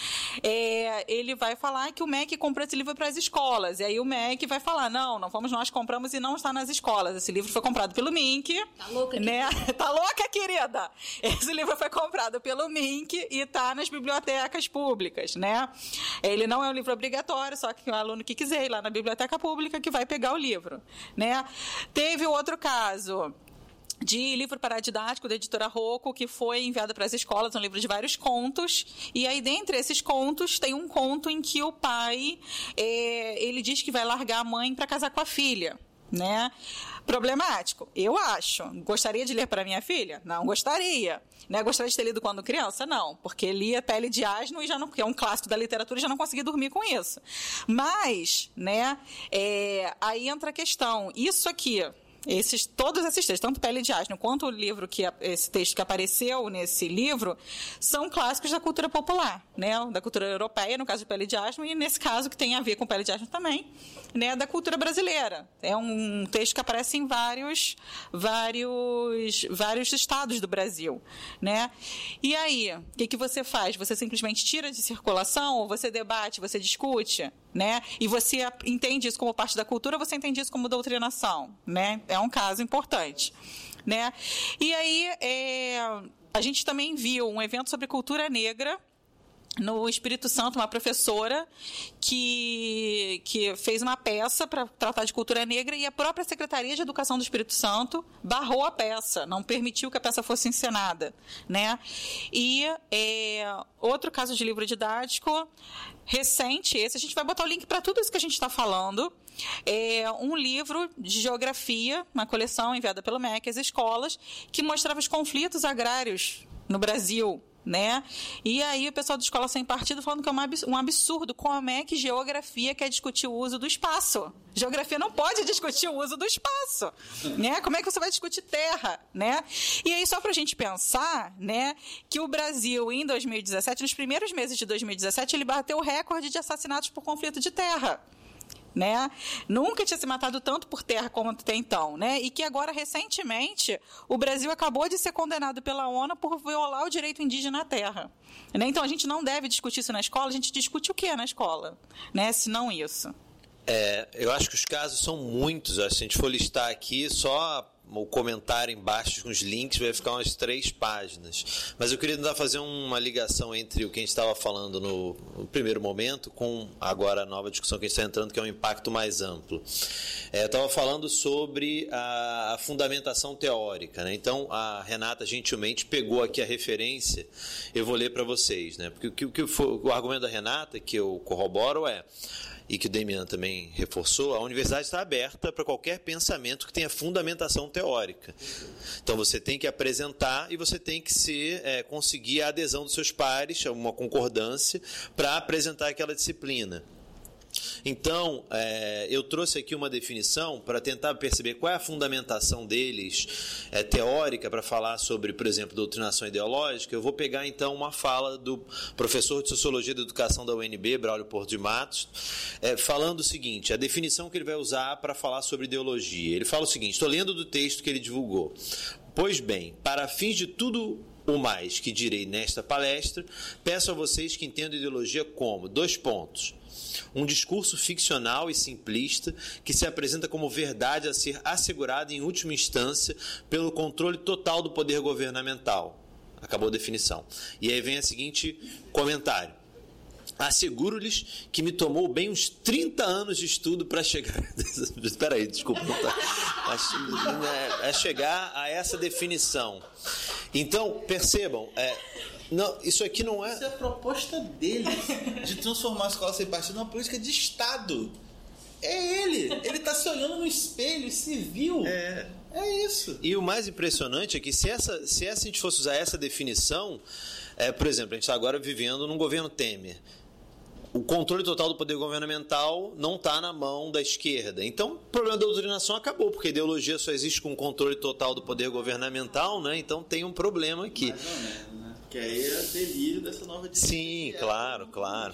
ele vai falar que o MEC comprou esse livro para as escolas, e aí o MEC vai falar, não fomos nós, compramos e não está nas escolas, esse livro foi comprado pelo MINC,
tá louca,
né? Tá louca, querida? Esse livro foi comprado pelo MINC e está nas bibliotecas públicas, né? Ele não é um livro obrigatório, só que o aluno que quiser ir lá na biblioteca pública que vai pegar o livro, né? Teve outro caso de livro paradidático da editora Rocco, que foi enviado para as escolas, um livro de vários contos, e aí dentre esses contos tem um conto em que o pai, ele diz que vai largar a mãe para casar com a filha, né? Problemático, eu acho. Gostaria de ler para minha filha? Não gostaria. Né? Gostaria de ter lido quando criança? Não, porque lia Pele de Asno e já não, que é um clássico da literatura, e já não consegui dormir com isso. Mas, né, aí entra a questão, isso aqui, todos esses textos, tanto Pele de Asno quanto o livro esse texto que apareceu nesse livro, são clássicos da cultura popular, né? Da cultura europeia, no caso de Pele de Asno, e nesse caso, que tem a ver com Pele de Asno também, né? Da cultura brasileira. É um texto que aparece em vários estados do Brasil, né? E aí, o que você faz? Você simplesmente tira de circulação, ou você debate, você discute, né? E você entende isso como parte da cultura, ou você entende isso como doutrinação, né? É um caso importante, né? E aí, a gente também viu um evento sobre cultura negra no Espírito Santo, uma professora que fez uma peça para tratar de cultura negra, e a própria Secretaria de Educação do Espírito Santo barrou a peça, não permitiu que a peça fosse encenada, né? E outro caso de livro didático recente, esse a gente vai botar o link para tudo isso que a gente está falando, um livro de geografia, uma coleção enviada pelo MEC às escolas, que mostrava os conflitos agrários no Brasil, né? E aí o pessoal da Escola Sem Partido falando que é um absurdo, como é que geografia quer discutir o uso do espaço? Geografia não pode discutir o uso do espaço, né? Como é que você vai discutir terra, né? E aí só para a gente pensar, né, que o Brasil em 2017, nos primeiros meses de 2017, ele bateu o recorde de assassinatos por conflito de terra, né? Nunca tinha se matado tanto por terra como tem então, né? E que agora, recentemente, o Brasil acabou de ser condenado pela ONU por violar o direito indígena à terra, né? Então, a gente não deve discutir isso na escola, a gente discute o que é na escola, né? Se não isso.
Eu acho que os casos são muitos. Se a gente for listar aqui, só o comentário embaixo com os links vai ficar umas 3 páginas. Mas eu queria tentar fazer uma ligação entre o que a gente estava falando no primeiro momento com agora a nova discussão que a gente está entrando, que é um impacto mais amplo. Eu estava falando sobre a fundamentação teórica, né? Então, a Renata gentilmente pegou aqui a referência, eu vou ler para vocês, né? Porque o argumento da Renata, que eu corroboro, e que o Demian também reforçou, a universidade está aberta para qualquer pensamento que tenha fundamentação teórica. Então, você tem que apresentar e você tem que conseguir a adesão dos seus pares, uma concordância, para apresentar aquela disciplina. Então, eu trouxe aqui uma definição para tentar perceber qual é a fundamentação deles teórica para falar sobre, por exemplo, doutrinação ideológica. Eu vou pegar, então, uma fala do professor de Sociologia da Educação da UNB, Braulio Porto de Matos, falando o seguinte, a definição que ele vai usar para falar sobre ideologia. Ele fala o seguinte, estou lendo do texto que ele divulgou. Pois bem, para fins de tudo o mais que direi nesta palestra, peço a vocês que entendam ideologia como, 2 pontos, um discurso ficcional e simplista que se apresenta como verdade a ser assegurada em última instância pelo controle total do poder governamental. Acabou a definição. E aí vem o seguinte comentário. Asseguro-lhes que me tomou bem uns 30 anos de estudo para chegar... Espera aí, desculpa. É chegar a essa definição. Então, percebam, não, isso aqui não é...
Isso é a proposta dele, de transformar a escola sem partido numa política de Estado. É ele está se olhando no espelho e se viu. É isso.
E o mais impressionante é que se a gente fosse usar essa definição, por exemplo, a gente está agora vivendo num governo Temer. O controle total do poder governamental não está na mão da esquerda. Então, o problema da doutrinação acabou, porque a ideologia só existe com o controle total do poder governamental, né? Então tem um problema aqui.
Mais ou menos, né? Que aí é delírio dessa nova disciplina.
Sim, claro.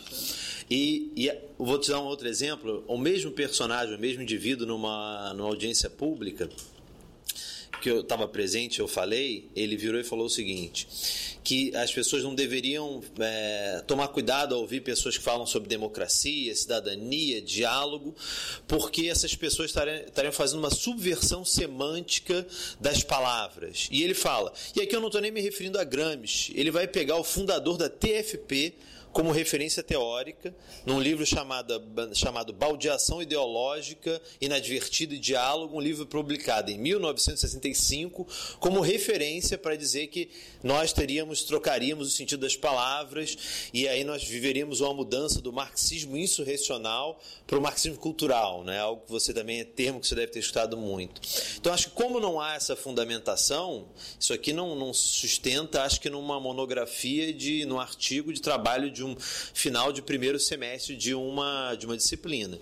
E vou te dar um outro exemplo. O mesmo personagem, o mesmo indivíduo numa audiência pública, que eu estava presente, eu falei, ele virou e falou o seguinte, que as pessoas não deveriam tomar cuidado ao ouvir pessoas que falam sobre democracia, cidadania, diálogo, porque essas pessoas estariam fazendo uma subversão semântica das palavras. E ele fala, e aqui eu não estou nem me referindo a Gramsci, ele vai pegar o fundador da TFP como referência teórica, num livro chamado Baldeação Ideológica, Inadvertida e Diálogo, um livro publicado em 1965, como referência para dizer que nós trocaríamos o sentido das palavras, e aí nós viveríamos uma mudança do marxismo insurrecional para o marxismo cultural, né? Algo que você também termo que você deve ter escutado muito. Então, acho que como não há essa fundamentação, isso aqui não se sustenta, acho que numa monografia, num artigo de trabalho de um final de primeiro semestre de uma disciplina.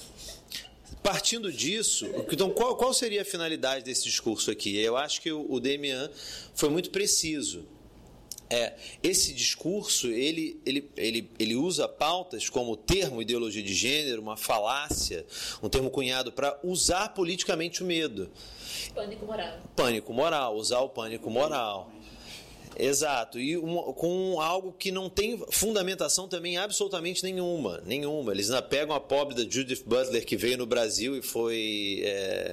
Partindo disso, então qual seria a finalidade desse discurso aqui? Eu acho que o Demian foi muito preciso. Esse discurso, ele usa pautas como o termo ideologia de gênero, uma falácia, um termo cunhado para usar politicamente o medo. Pânico moral, usar o pânico moral. Exato, e com algo que não tem fundamentação também absolutamente nenhuma. Eles ainda pegam a pobre da Judith Butler, que veio no Brasil e foi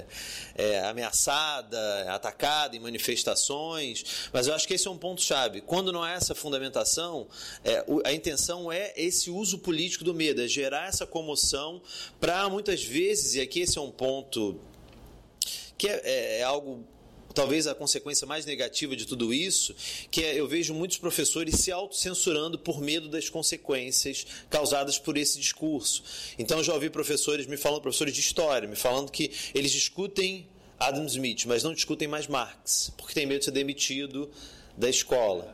ameaçada, atacada em manifestações, mas eu acho que esse é um ponto-chave. Quando não há essa fundamentação, a intenção é esse uso político do medo, é gerar essa comoção para muitas vezes, e aqui esse é um ponto que é algo... Talvez a consequência mais negativa de tudo isso, que eu vejo muitos professores se autocensurando por medo das consequências causadas por esse discurso. Então, eu já ouvi professores de história, me falando que eles discutem Adam Smith, mas não discutem mais Marx, porque tem medo de ser demitido da escola.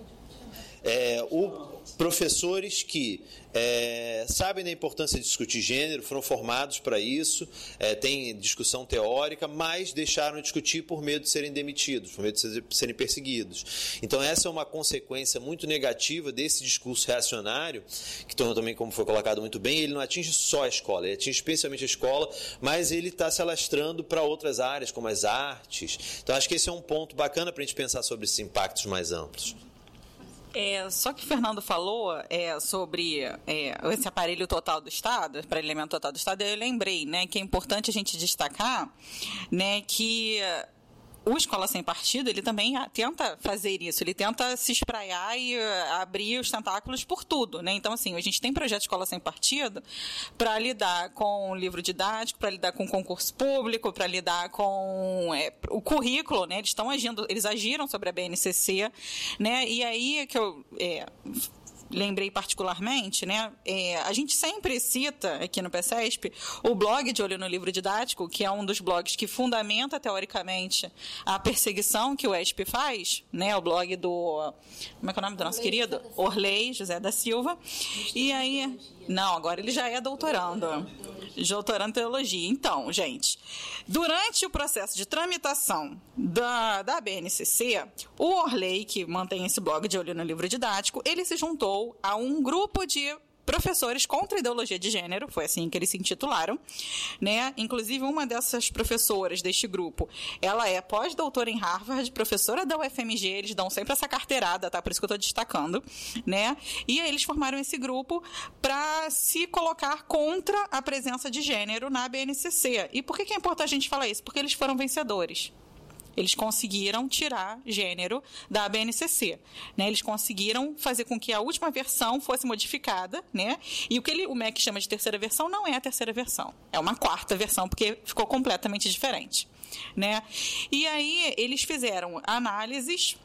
Professores que sabem da importância de discutir gênero, foram formados para isso, têm discussão teórica, mas deixaram de discutir por medo de serem demitidos, por medo de serem perseguidos. Então, essa é uma consequência muito negativa desse discurso reacionário, que também, como foi colocado muito bem, ele não atinge só a escola, ele atinge especialmente a escola, mas ele está se alastrando para outras áreas, como as artes. Então, acho que esse é um ponto bacana para a gente pensar sobre esses impactos mais amplos.
Só que o Fernando falou sobre esse aparelho total do Estado, aparelhamento total do Estado, eu lembrei, né, que é importante a gente destacar, né, que o Escola Sem Partido, ele também tenta fazer isso, ele tenta se espraiar e abrir os tentáculos por tudo, né? Então, assim, a gente tem projeto Escola Sem Partido para lidar com o livro didático, para lidar com o concurso público, para lidar com o currículo, né? Eles agiram sobre a BNCC, né? E aí que eu lembrei particularmente, né? A gente sempre cita aqui no PCESP o blog de Olho no Livro Didático, que é um dos blogs que fundamenta teoricamente a perseguição que o ESP faz, né? O blog do... Como é que é o nome do nosso querido? Orley José da Silva. E aí... Não, agora ele já é doutorando em teologia. Então, gente, durante o processo de tramitação da BNCC, o Orley, que mantém esse blog de Olho no Livro Didático, ele se juntou a um grupo de professores contra a ideologia de gênero, foi assim que eles se intitularam, né? Inclusive, uma dessas professoras deste grupo, ela é pós-doutora em Harvard, professora da UFMG, eles dão sempre essa carteirada, tá? Por isso que eu estou destacando, né? E aí eles formaram esse grupo para se colocar contra a presença de gênero na BNCC. E por que é importante a gente falar isso? Porque eles foram vencedores. Eles conseguiram tirar gênero da BNCC, né? Eles conseguiram fazer com que a última versão fosse modificada, né? E o que o MEC chama de terceira versão não é a terceira versão, é uma quarta versão, porque ficou completamente diferente, né? E aí eles fizeram análises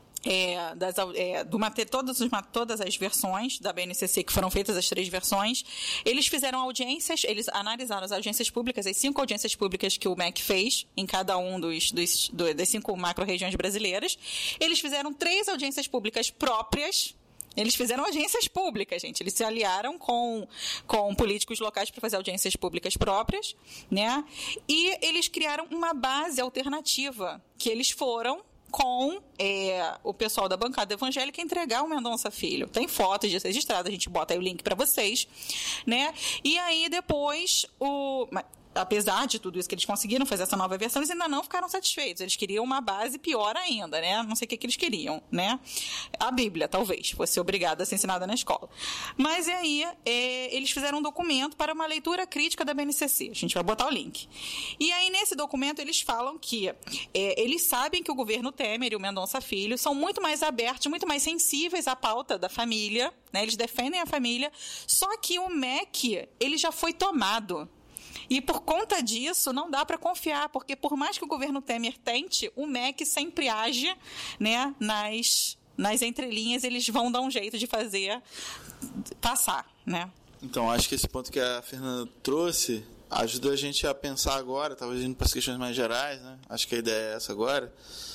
todas as versões da BNCC, que foram feitas as 3 versões. Eles fizeram audiências, eles analisaram as audiências públicas, as 5 audiências públicas que o MEC fez em cada um das 5 macro-regiões brasileiras. Eles fizeram 3 audiências públicas próprias. Eles fizeram audiências públicas, gente. Eles se aliaram com políticos locais para fazer audiências públicas próprias, né? E eles criaram uma base alternativa, que eles foram com o pessoal da bancada evangélica entregar o Mendonça Filho. Tem fotos disso registradas, a gente bota aí o link para vocês, né? E aí depois apesar de tudo isso que eles conseguiram fazer essa nova versão, eles ainda não ficaram satisfeitos. Eles queriam uma base pior ainda, né? Não sei o que eles queriam, né? A Bíblia, talvez, fosse obrigada a ser ensinada na escola. Mas e aí, eles fizeram um documento para uma leitura crítica da BNCC. A gente vai botar o link. E aí, nesse documento, eles falam que eles sabem que o governo Temer e o Mendonça Filho são muito mais abertos, muito mais sensíveis à pauta da família, né? Eles defendem a família, só que o MEC, ele já foi tomado. E por conta disso, não dá para confiar, porque por mais que o governo Temer tente, o MEC sempre age, né, nas entrelinhas, eles vão dar um jeito de fazer passar, né?
Então, acho que esse ponto que a Fernanda trouxe ajuda a gente a pensar agora, talvez indo para as questões mais gerais, né? Acho que a ideia é essa agora.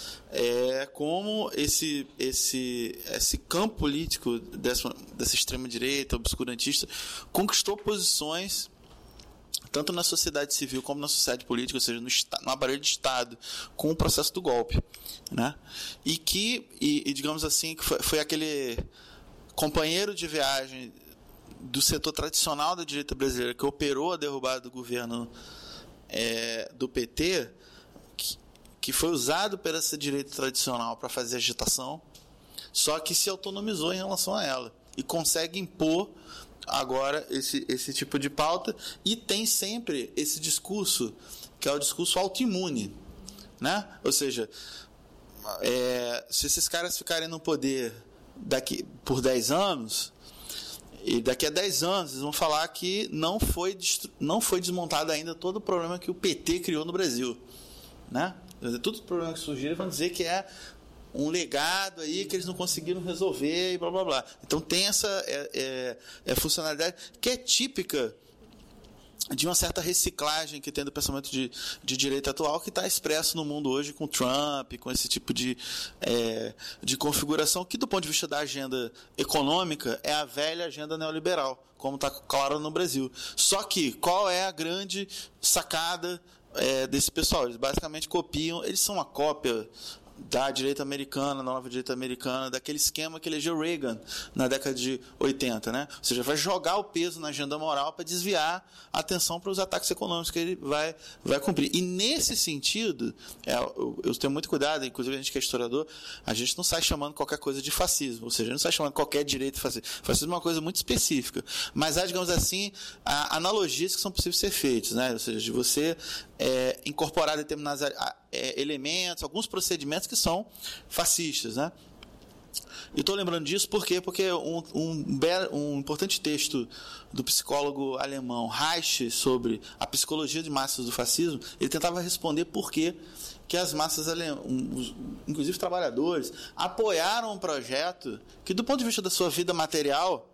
Como esse campo político dessa extrema-direita, obscurantista, conquistou posições tanto na sociedade civil como na sociedade política, ou seja, no aparelho de Estado, com o processo do golpe, né? E digamos assim, que foi aquele companheiro de viagem do setor tradicional da direita brasileira que operou a derrubada do governo do PT, que foi usado por essa direita tradicional para fazer agitação, só que se autonomizou em relação a ela e consegue impor agora esse tipo de pauta, e tem sempre esse discurso, que é o discurso autoimune, né? Ou seja, se esses caras ficarem no poder por 10 anos, e daqui a 10 anos eles vão falar que não foi desmontado ainda todo o problema que o PT criou no Brasil, né? Todos os problemas que surgiram vão dizer que é um legado aí que eles não conseguiram resolver e blá blá blá. Então tem essa funcionalidade que é típica de uma certa reciclagem que tem do pensamento de direita atual, que está expresso no mundo hoje com Trump, com esse tipo de configuração, que do ponto de vista da agenda econômica é a velha agenda neoliberal, como está claro no Brasil. Só que qual é a grande sacada desse pessoal? Eles basicamente copiam, eles são uma cópia da direita americana, da nova direita americana, daquele esquema que elegeu Reagan na década de 80, né? Ou seja, vai jogar o peso na agenda moral para desviar a atenção para os ataques econômicos que ele vai cumprir. E nesse sentido, eu tenho muito cuidado, inclusive a gente que é historiador, a gente não sai chamando qualquer coisa de fascismo, ou seja, a gente não sai chamando qualquer direito de fascismo. Fascismo é uma coisa muito específica, mas há, digamos assim, analogias que são possíveis de ser feitas, né? Ou seja, de você incorporar determinados elementos, alguns procedimentos que são fascistas, né? E estou lembrando disso porque um importante texto do psicólogo alemão Reich sobre a psicologia de massas do fascismo, ele tentava responder por que as massas alemãs, inclusive trabalhadores, apoiaram um projeto que, do ponto de vista da sua vida material,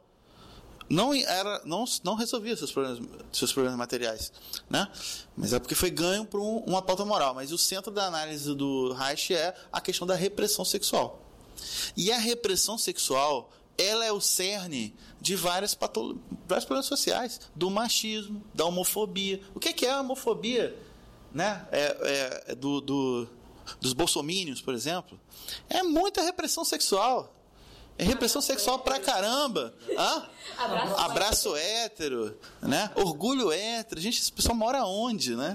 não resolvia seus problemas materiais, né? Mas é porque foi ganho por uma pauta moral. Mas o centro da análise do Reich é a questão da repressão sexual. E a repressão sexual, ela é o cerne de vários problemas sociais, do machismo, da homofobia. O que é a homofobia, né? Dos bolsomínios, por exemplo. É muita repressão sexual. É repressão sexual pra caramba. Abraço hétero, né? Orgulho hétero. Gente, esse pessoal mora onde, né?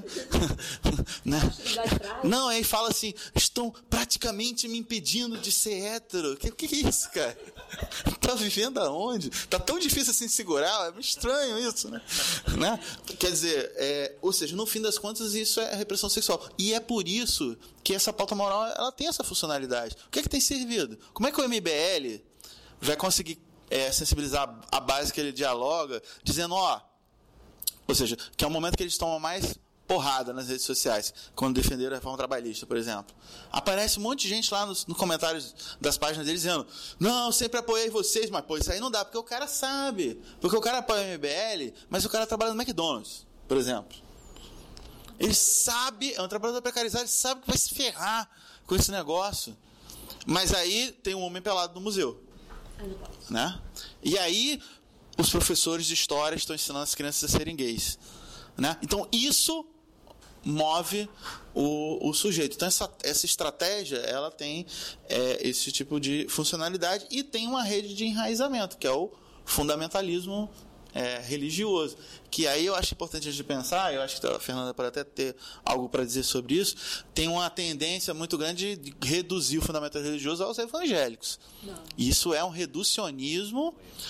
Não, aí fala assim, estão praticamente me impedindo de ser hétero. Que é isso, cara? Tá vivendo aonde? Tá tão difícil assim de segurar, é meio estranho isso, né? Quer dizer, ou seja, no fim das contas, isso é repressão sexual. E é por isso que essa pauta moral ela tem essa funcionalidade. O que é que tem servido? Como é que o MBL vai conseguir sensibilizar a base que ele dialoga, dizendo, ou seja, que é o momento que eles tomam mais porrada nas redes sociais, quando defenderam a reforma trabalhista, por exemplo. Aparece um monte de gente lá nos comentários das páginas deles dizendo, não, sempre apoiei vocês, mas isso aí não dá, porque o cara sabe, porque o cara apoia o MBL, mas o cara trabalha no McDonald's, por exemplo. Ele sabe, é um trabalhador precarizado, ele sabe que vai se ferrar com esse negócio. Mas aí tem um homem pelado no museu. Né? E aí os professores de história estão ensinando as crianças a serem gays. Né? Então isso move o sujeito. Então essa estratégia ela tem esse tipo de funcionalidade e tem uma rede de enraizamento, que é o fundamentalismo religioso. Que aí eu acho importante a gente pensar, eu acho que a Fernanda pode até ter algo para dizer sobre isso, tem uma tendência muito grande de reduzir o fundamentalismo religioso aos evangélicos. Não. Isso é um reducionismo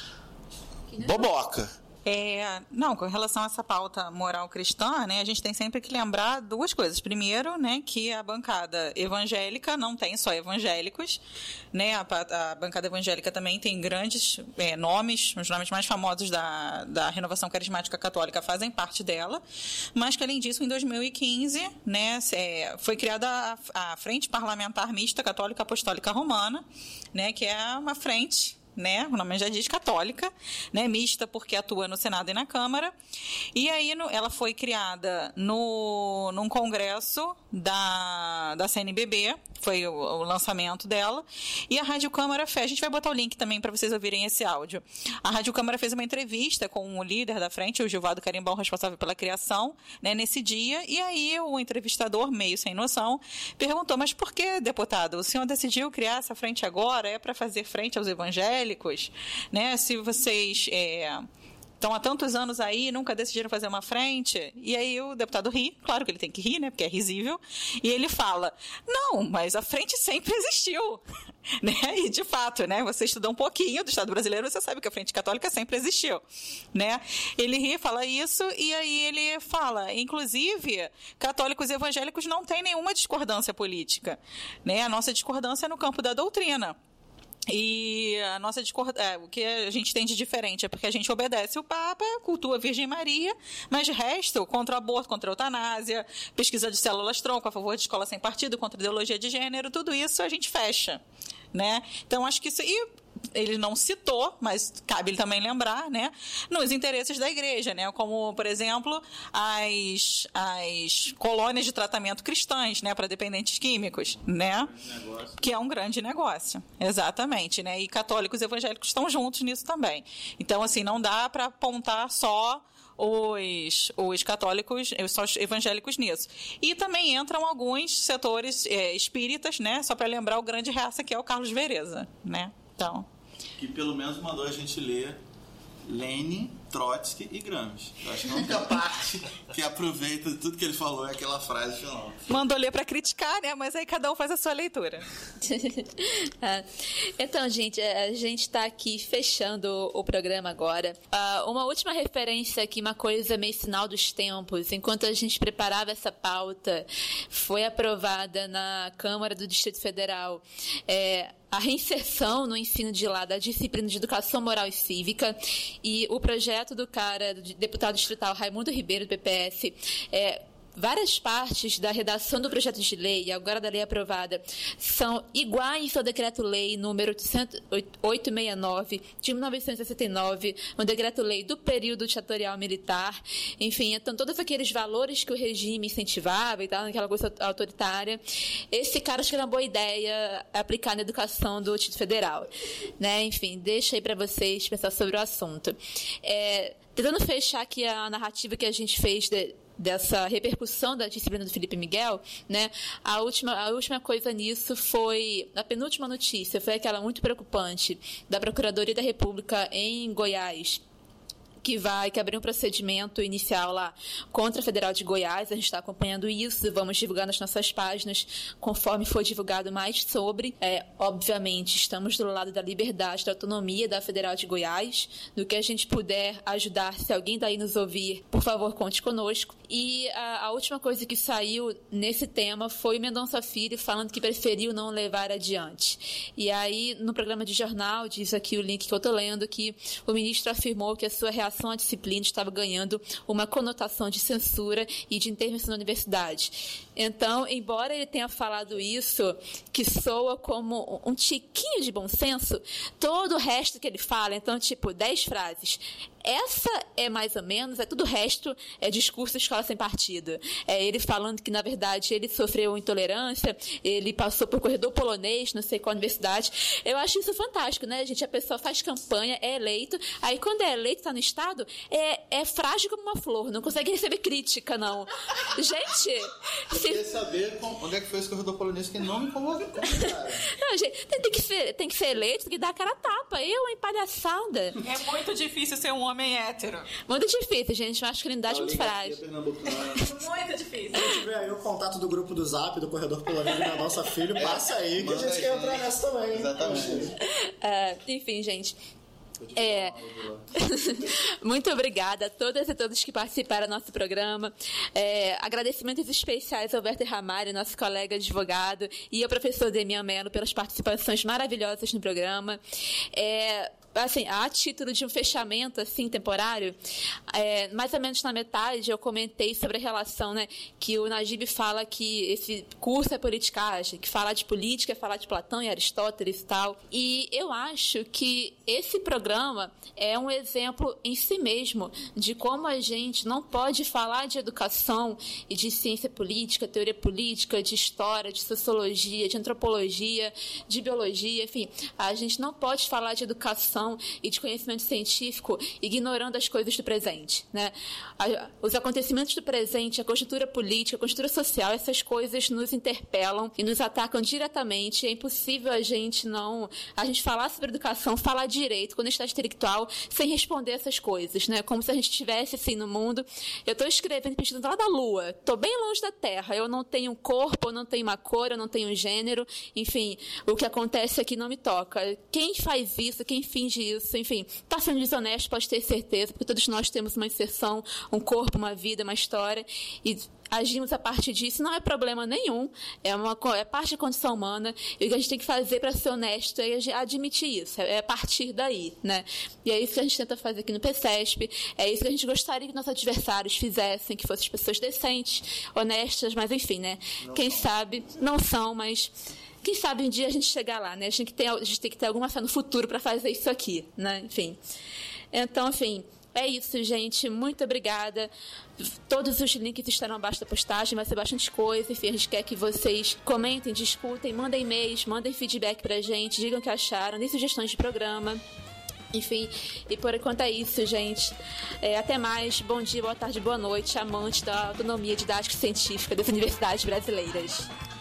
boboca.
Não, com relação a essa pauta moral cristã, né, a gente tem sempre que lembrar duas coisas. Primeiro, né, que a bancada evangélica não tem só evangélicos, né, a bancada evangélica também tem grandes nomes, os nomes mais famosos da Renovação Carismática Católica fazem parte dela, mas que, além disso, em 2015, né, foi criada a Frente Parlamentar Mista Católica Apostólica Romana, né, que é uma frente, né, o nome já diz católica, né, mista porque atua no Senado e na Câmara, e aí ela foi criada num congresso da CNBB, foi o lançamento dela, e a Rádio Câmara fez, a gente vai botar o link também para vocês ouvirem esse áudio, a Rádio Câmara fez uma entrevista com o líder da frente, o Gilvaldo Carimbão, responsável pela criação, né, nesse dia, e aí o entrevistador, meio sem noção, perguntou, mas por que, deputado, o senhor decidiu criar essa frente agora? É para fazer frente aos evangélicos? Né? Se vocês estão há tantos anos aí, nunca decidiram fazer uma frente, e aí o deputado ri, claro que ele tem que rir, né, porque é risível, e ele fala, não, mas a frente sempre existiu, né, e de fato, né, você estudou um pouquinho do Estado brasileiro, você sabe que a Frente Católica sempre existiu, né, ele ri, fala isso, e aí ele fala, inclusive, católicos e evangélicos não têm nenhuma discordância política, né, a nossa discordância é no campo da doutrina. E a nossa o que a gente tem de diferente é porque a gente obedece o Papa, cultua a Virgem Maria, mas de resto, contra o aborto, contra a eutanásia, pesquisa de células-tronco, a favor de escola sem partido, contra a ideologia de gênero, tudo isso a gente fecha, né? Então, acho que isso... ele não citou, mas cabe ele também lembrar, né, nos interesses da igreja, né, como, por exemplo, as colônias de tratamento cristãs, né, para dependentes químicos, né, que é um grande negócio, exatamente, né, e católicos e evangélicos estão juntos nisso também. Então, assim, não dá para apontar só os católicos, os evangélicos nisso. E também entram alguns setores espíritas, né, só para lembrar o grande raça que é o Carlos Vereza, né. Então.
Que pelo menos mandou a gente ler Lenin, Trotsky e Gramsci. Eu acho que a única parte que aproveita de tudo que ele falou é aquela frase final.
Mandou ler para criticar, né? Mas aí cada um faz a sua leitura.
Então, gente, a gente está aqui fechando o programa agora. Uma última referência aqui, uma coisa meio sinal dos tempos. Enquanto a gente preparava essa pauta, foi aprovada na Câmara do Distrito Federal a reinserção no ensino de lá da disciplina de Educação Moral e Cívica, e o projeto do deputado distrital Raimundo Ribeiro, do PPS, várias partes da redação do projeto de lei, e agora da lei aprovada, são iguais ao decreto-lei número 869 de 1969, um decreto-lei do período ditatorial militar. Enfim, então todos aqueles valores que o regime incentivava e tal, naquela coisa autoritária, esse cara acho que era uma boa ideia aplicar na educação do Distrito Federal, né? Enfim, deixa aí para vocês pensar sobre o assunto. Tentando fechar aqui a narrativa que a gente fez dessa repercussão da disciplina do Felipe Miguel, né? A última coisa nisso foi, a penúltima notícia, foi aquela muito preocupante da Procuradoria da República em Goiás, que abriu um procedimento inicial lá contra a Federal de Goiás. A gente está acompanhando isso, vamos divulgar nas nossas páginas conforme for divulgado mais sobre. Obviamente, estamos do lado da liberdade, da autonomia da Federal de Goiás. No que a gente puder ajudar, se alguém daí nos ouvir, por favor, conte conosco. E a última coisa que saiu nesse tema foi o Mendonça Filho falando que preferiu não levar adiante. E aí, no programa de jornal, diz aqui o link que eu estou lendo, que o ministro afirmou que a sua reação à disciplina estava ganhando uma conotação de censura e de intervenção na universidade. Então, embora ele tenha falado isso, que soa como um tiquinho de bom senso, todo o resto que ele fala, então, 10 frases, essa é mais ou menos, tudo o resto é discurso de escola sem partido. Ele falando que, na verdade, ele sofreu intolerância, ele passou por corredor polonês, não sei qual universidade. Eu acho isso fantástico, né, gente? A pessoa faz campanha, é eleito, aí quando é eleito, está no Estado, é frágil como uma flor, não consegue receber crítica, não. Gente...
Eu queria saber onde é que foi esse corredor polonês que não me convocou, cara.
Não, gente, tem que ser eleito, tem que dar a cara a tapa. Hein, palhaçada.
É muito difícil ser um homem hétero.
Muito difícil, gente. Masculinidade muito frágil.
Muito difícil.
Se tiver aí o contato do grupo do Zap, do corredor polonês da nossa filha, passa aí que a gente quer entrar nessa também.
Exatamente.
Enfim, gente. Muito obrigada a todas e todos que participaram do nosso programa. Agradecimentos especiais ao Werther Ramalho, nosso colega advogado, e ao professor Demian Mello pelas participações maravilhosas no programa. Assim, a título de um fechamento assim, temporário, mais ou menos na metade eu comentei sobre a relação, né, que o Najib fala que esse curso é politicagem, que falar de política é falar de Platão e Aristóteles e tal. E eu acho que esse programa é um exemplo em si mesmo de como a gente não pode falar de educação e de ciência política, teoria política, de história, de sociologia, de antropologia, de biologia, enfim, a gente não pode falar de educação e de conhecimento científico ignorando as coisas do presente, né? Os acontecimentos do presente, a conjuntura política, a conjuntura social, essas coisas nos interpelam e nos atacam diretamente. É impossível a gente falar sobre educação, falar direito, com honestidade intelectual, sem responder essas coisas, né? Como se a gente estivesse assim no mundo. Eu estou escrevendo pesquisando lá da Lua, estou bem longe da Terra, eu não tenho um corpo, eu não tenho uma cor, eu não tenho um gênero, enfim, o que acontece aqui não me toca. Quem faz isso, quem finge isso, enfim, está sendo desonesto, pode ter certeza, porque todos nós temos uma inserção, um corpo, uma vida, uma história, e agimos a partir disso, não é problema nenhum, é parte da condição humana, e o que a gente tem que fazer para ser honesto é admitir isso, é partir daí, né? E é isso que a gente tenta fazer aqui no PCESP, é isso que a gente gostaria que nossos adversários fizessem, que fossem pessoas decentes, honestas, mas enfim, né? Quem sabe, não são, mas... Quem sabe um dia a gente chegar lá, né? A gente tem que ter alguma fé no futuro para fazer isso aqui, né? Enfim. Então, enfim, é isso, gente. Muito obrigada. Todos os links estarão abaixo da postagem, vai ser bastante coisa. Enfim, a gente quer que vocês comentem, discutem, mandem e-mails, mandem feedback pra gente, digam o que acharam, deem sugestões de programa. Enfim, e por enquanto é isso, gente. Até mais. Bom dia, boa tarde, boa noite, amante da autonomia didática e científica das universidades brasileiras.